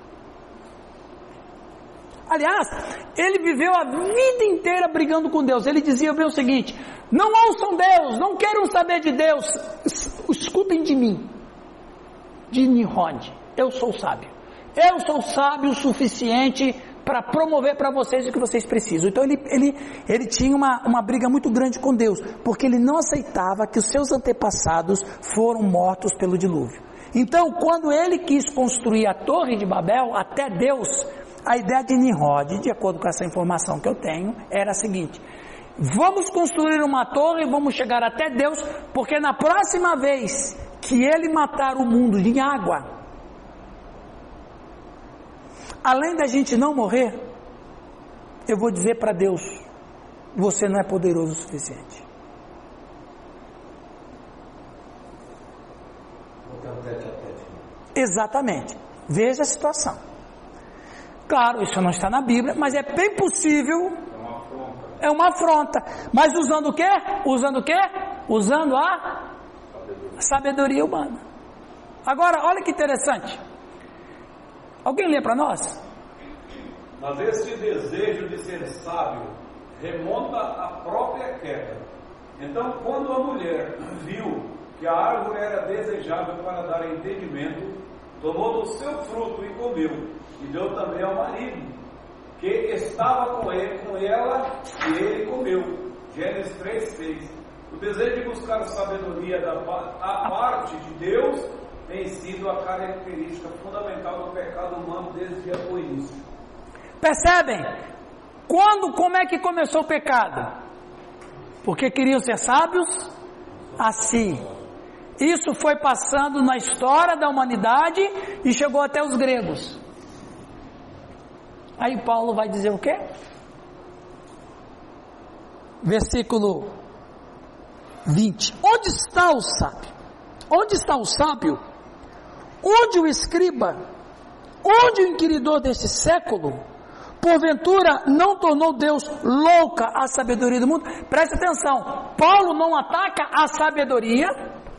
Aliás, ele viveu a vida inteira brigando com Deus. Ele dizia bem o seguinte: não ouçam Deus, não queiram saber de Deus, escutem de mim, de Nimrod. Eu sou sábio o suficiente para promover para vocês o que vocês precisam. Então ele tinha uma briga muito grande com Deus, porque ele não aceitava que os seus antepassados foram mortos pelo dilúvio. Então, quando ele quis construir a Torre de Babel, até Deus, a ideia de Nimrod, de acordo com essa informação que eu tenho, era a seguinte: vamos construir uma torre e vamos chegar até Deus, porque na próxima vez que ele matar o mundo em água, além da gente não morrer, eu vou dizer para Deus: você não é poderoso o suficiente. Exatamente. Veja a situação. Claro, isso não está na Bíblia, mas é bem possível. É uma afronta. Mas usando o quê? Usando o quê? Usando a sabedoria humana. Agora, olha que interessante. Alguém lê para nós? Mas este desejo de ser sábio remonta à própria queda. Então, quando a mulher viu que a árvore era desejável para dar entendimento, tomou do seu fruto e comeu, e deu também ao marido, que estava com ela, e ele comeu. Gênesis 3:6. O desejo de buscar sabedoria da parte de Deus tem sido a característica fundamental do pecado humano desde o início. Percebem? Como é que começou o pecado? Porque queriam ser sábios? Assim. Isso foi passando na história da humanidade e chegou até os gregos. Aí Paulo vai dizer o quê? Versículo 20. Onde está o sábio? Onde está o sábio? Onde o escriba? Onde o inquiridor deste século? Porventura não tornou Deus louca a sabedoria do mundo? Preste atenção, Paulo não ataca a sabedoria,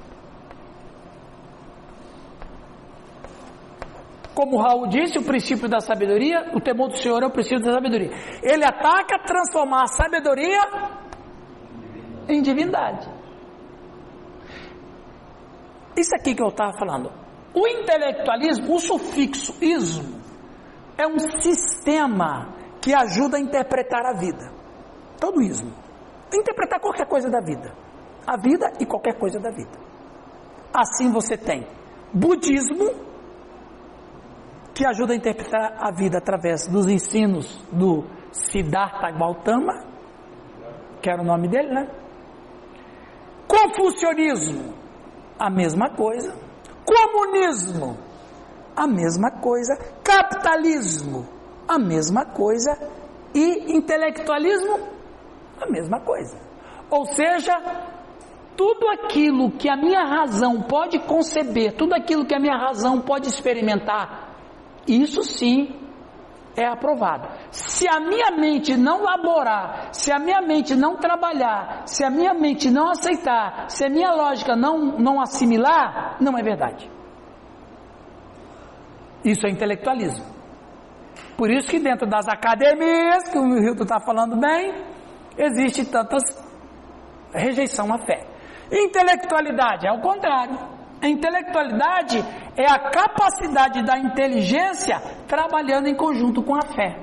como Raul disse, o princípio da sabedoria, o temor do Senhor é o princípio da sabedoria. Ele ataca transformar a sabedoria em divindade. Isso aqui que eu estava falando. O intelectualismo, o sufixo ismo, é um sistema que ajuda a interpretar a vida. Todo ismo. Interpretar qualquer coisa da vida. A vida e qualquer coisa da vida. Assim você tem budismo, que ajuda a interpretar a vida através dos ensinos do Siddhartha Gautama, que era o nome dele, né? Confucionismo, a mesma coisa. Comunismo, a mesma coisa. Capitalismo, a mesma coisa. E intelectualismo, a mesma coisa. Ou seja, tudo aquilo que a minha razão pode conceber, tudo aquilo que a minha razão pode experimentar, isso sim é aprovado. Se a minha mente não laborar, se a minha mente não trabalhar, se a minha mente não aceitar, se a minha lógica não assimilar, não é verdade. Isso é intelectualismo. Por isso que dentro das academias, que o Hilton está falando bem, existe tantas rejeição à fé. Intelectualidade é o contrário. A intelectualidade é a capacidade da inteligência trabalhando em conjunto com a fé.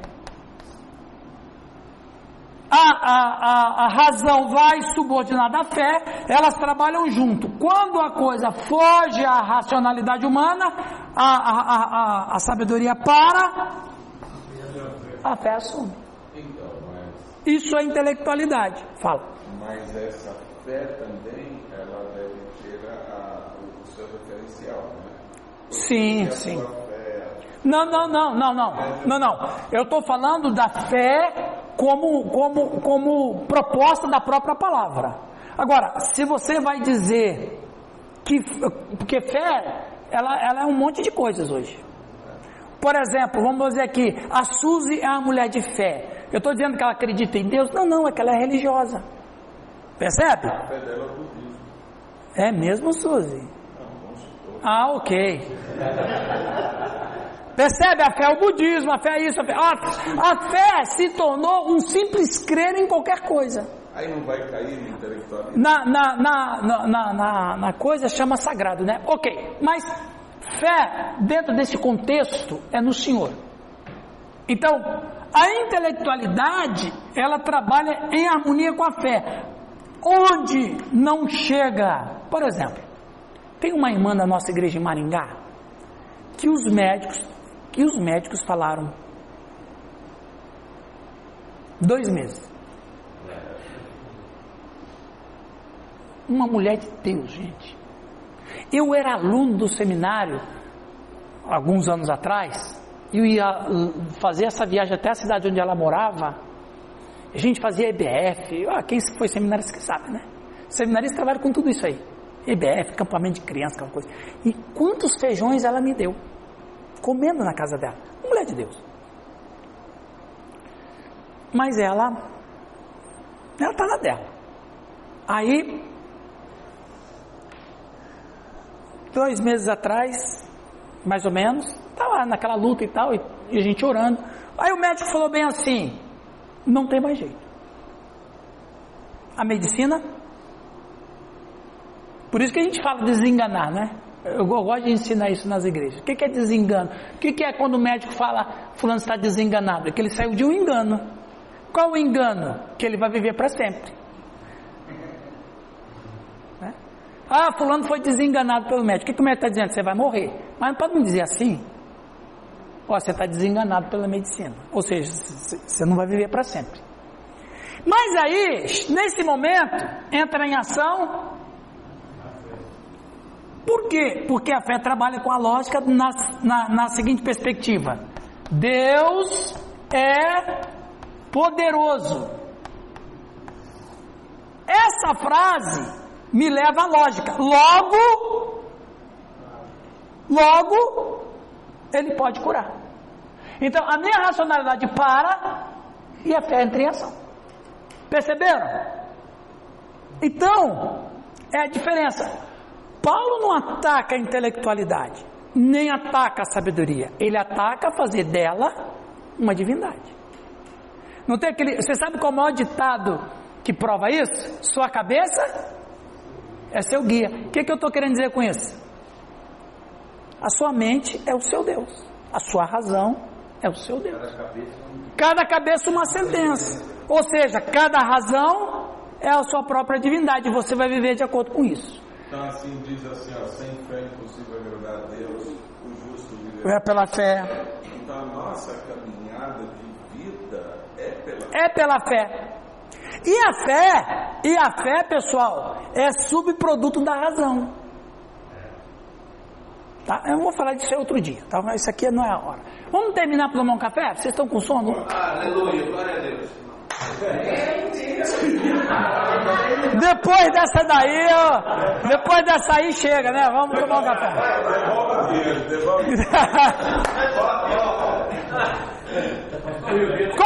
A razão vai subordinada à fé, elas trabalham junto. Quando a coisa foge à racionalidade humana, a sabedoria para, a fé assume. Isso é intelectualidade. Fala. Mas essa fé também, ela deve ter o seu referencial, né? Sim, sim. Não. Eu estou falando da fé como proposta da própria palavra. Agora, se você vai dizer que, porque fé, ela é um monte de coisas hoje. Por exemplo, vamos dizer aqui, a Suzy é uma mulher de fé. Eu estou dizendo que ela acredita em Deus? Não, é que ela é religiosa. Percebe? A fé dela é o budismo. É mesmo, Suzy? Ah, ok. Percebe? A fé é o budismo, a fé é isso. A fé se tornou um simples crer em qualquer coisa. Aí não vai cair no intelectualismo? Na coisa chama sagrado, né? Ok, mas fé, dentro desse contexto, é no Senhor. Então, a intelectualidade, ela trabalha em harmonia com a fé. Onde não chega, por exemplo, tem uma irmã da nossa igreja em Maringá, que os médicos falaram 2 meses. Uma mulher de Deus, gente. Eu era aluno do seminário, alguns anos atrás, e eu ia fazer essa viagem até a cidade onde ela morava. A gente fazia EBF, quem foi seminarista que sabe, né? Seminarista trabalha com tudo isso aí. EBF, acampamento de criança, aquela coisa. E quantos feijões ela me deu, comendo na casa dela. Mulher de Deus. Mas ela está na dela. Aí, 2 meses atrás, mais ou menos, estava naquela luta e tal, e a gente orando. Aí o médico falou bem assim: não tem mais jeito. A medicina, por isso que a gente fala desenganar, né? Eu gosto de ensinar isso nas igrejas. O que é desengano? O que é quando o médico fala, fulano está desenganado? É que ele saiu de um engano. Qual o engano? Que ele vai viver para sempre. Né? Fulano foi desenganado pelo médico. O que o médico está dizendo? Você vai morrer. Mas não pode me dizer assim. Você está desenganado pela medicina. Ou seja, você não vai viver para sempre. Mas aí, nesse momento, entra em ação. Por quê? Porque a fé trabalha com a lógica na seguinte perspectiva: Deus é poderoso. Essa frase me leva à lógica. Logo, ele pode curar. Então, a minha racionalidade para e a fé entra em ação. Perceberam? Então, é a diferença. Paulo não ataca a intelectualidade, nem ataca a sabedoria. Ele ataca fazer dela uma divindade. Não tem aquele... Você sabe qual é o maior ditado que prova isso? Sua cabeça é seu guia. O que eu estou querendo dizer com isso? A sua mente é o seu Deus, a sua razão é o seu Deus. Cada cabeça uma sentença, ou seja, cada razão é a sua própria divindade, e você vai viver de acordo com isso. Então assim diz assim, ó, sem fé é impossível agradar a Deus, o justo vive É pela fé. Então a nossa caminhada de vida é pela fé. E a fé, pessoal, é subproduto da razão. Tá? Eu vou falar disso outro dia, tá? Mas isso aqui não é a hora. Vamos terminar para tomar um café? Vocês estão com sono? Aleluia, glória a Deus. Depois dessa daí, depois dessa aí chega, né? Vamos tomar um café. Devolve.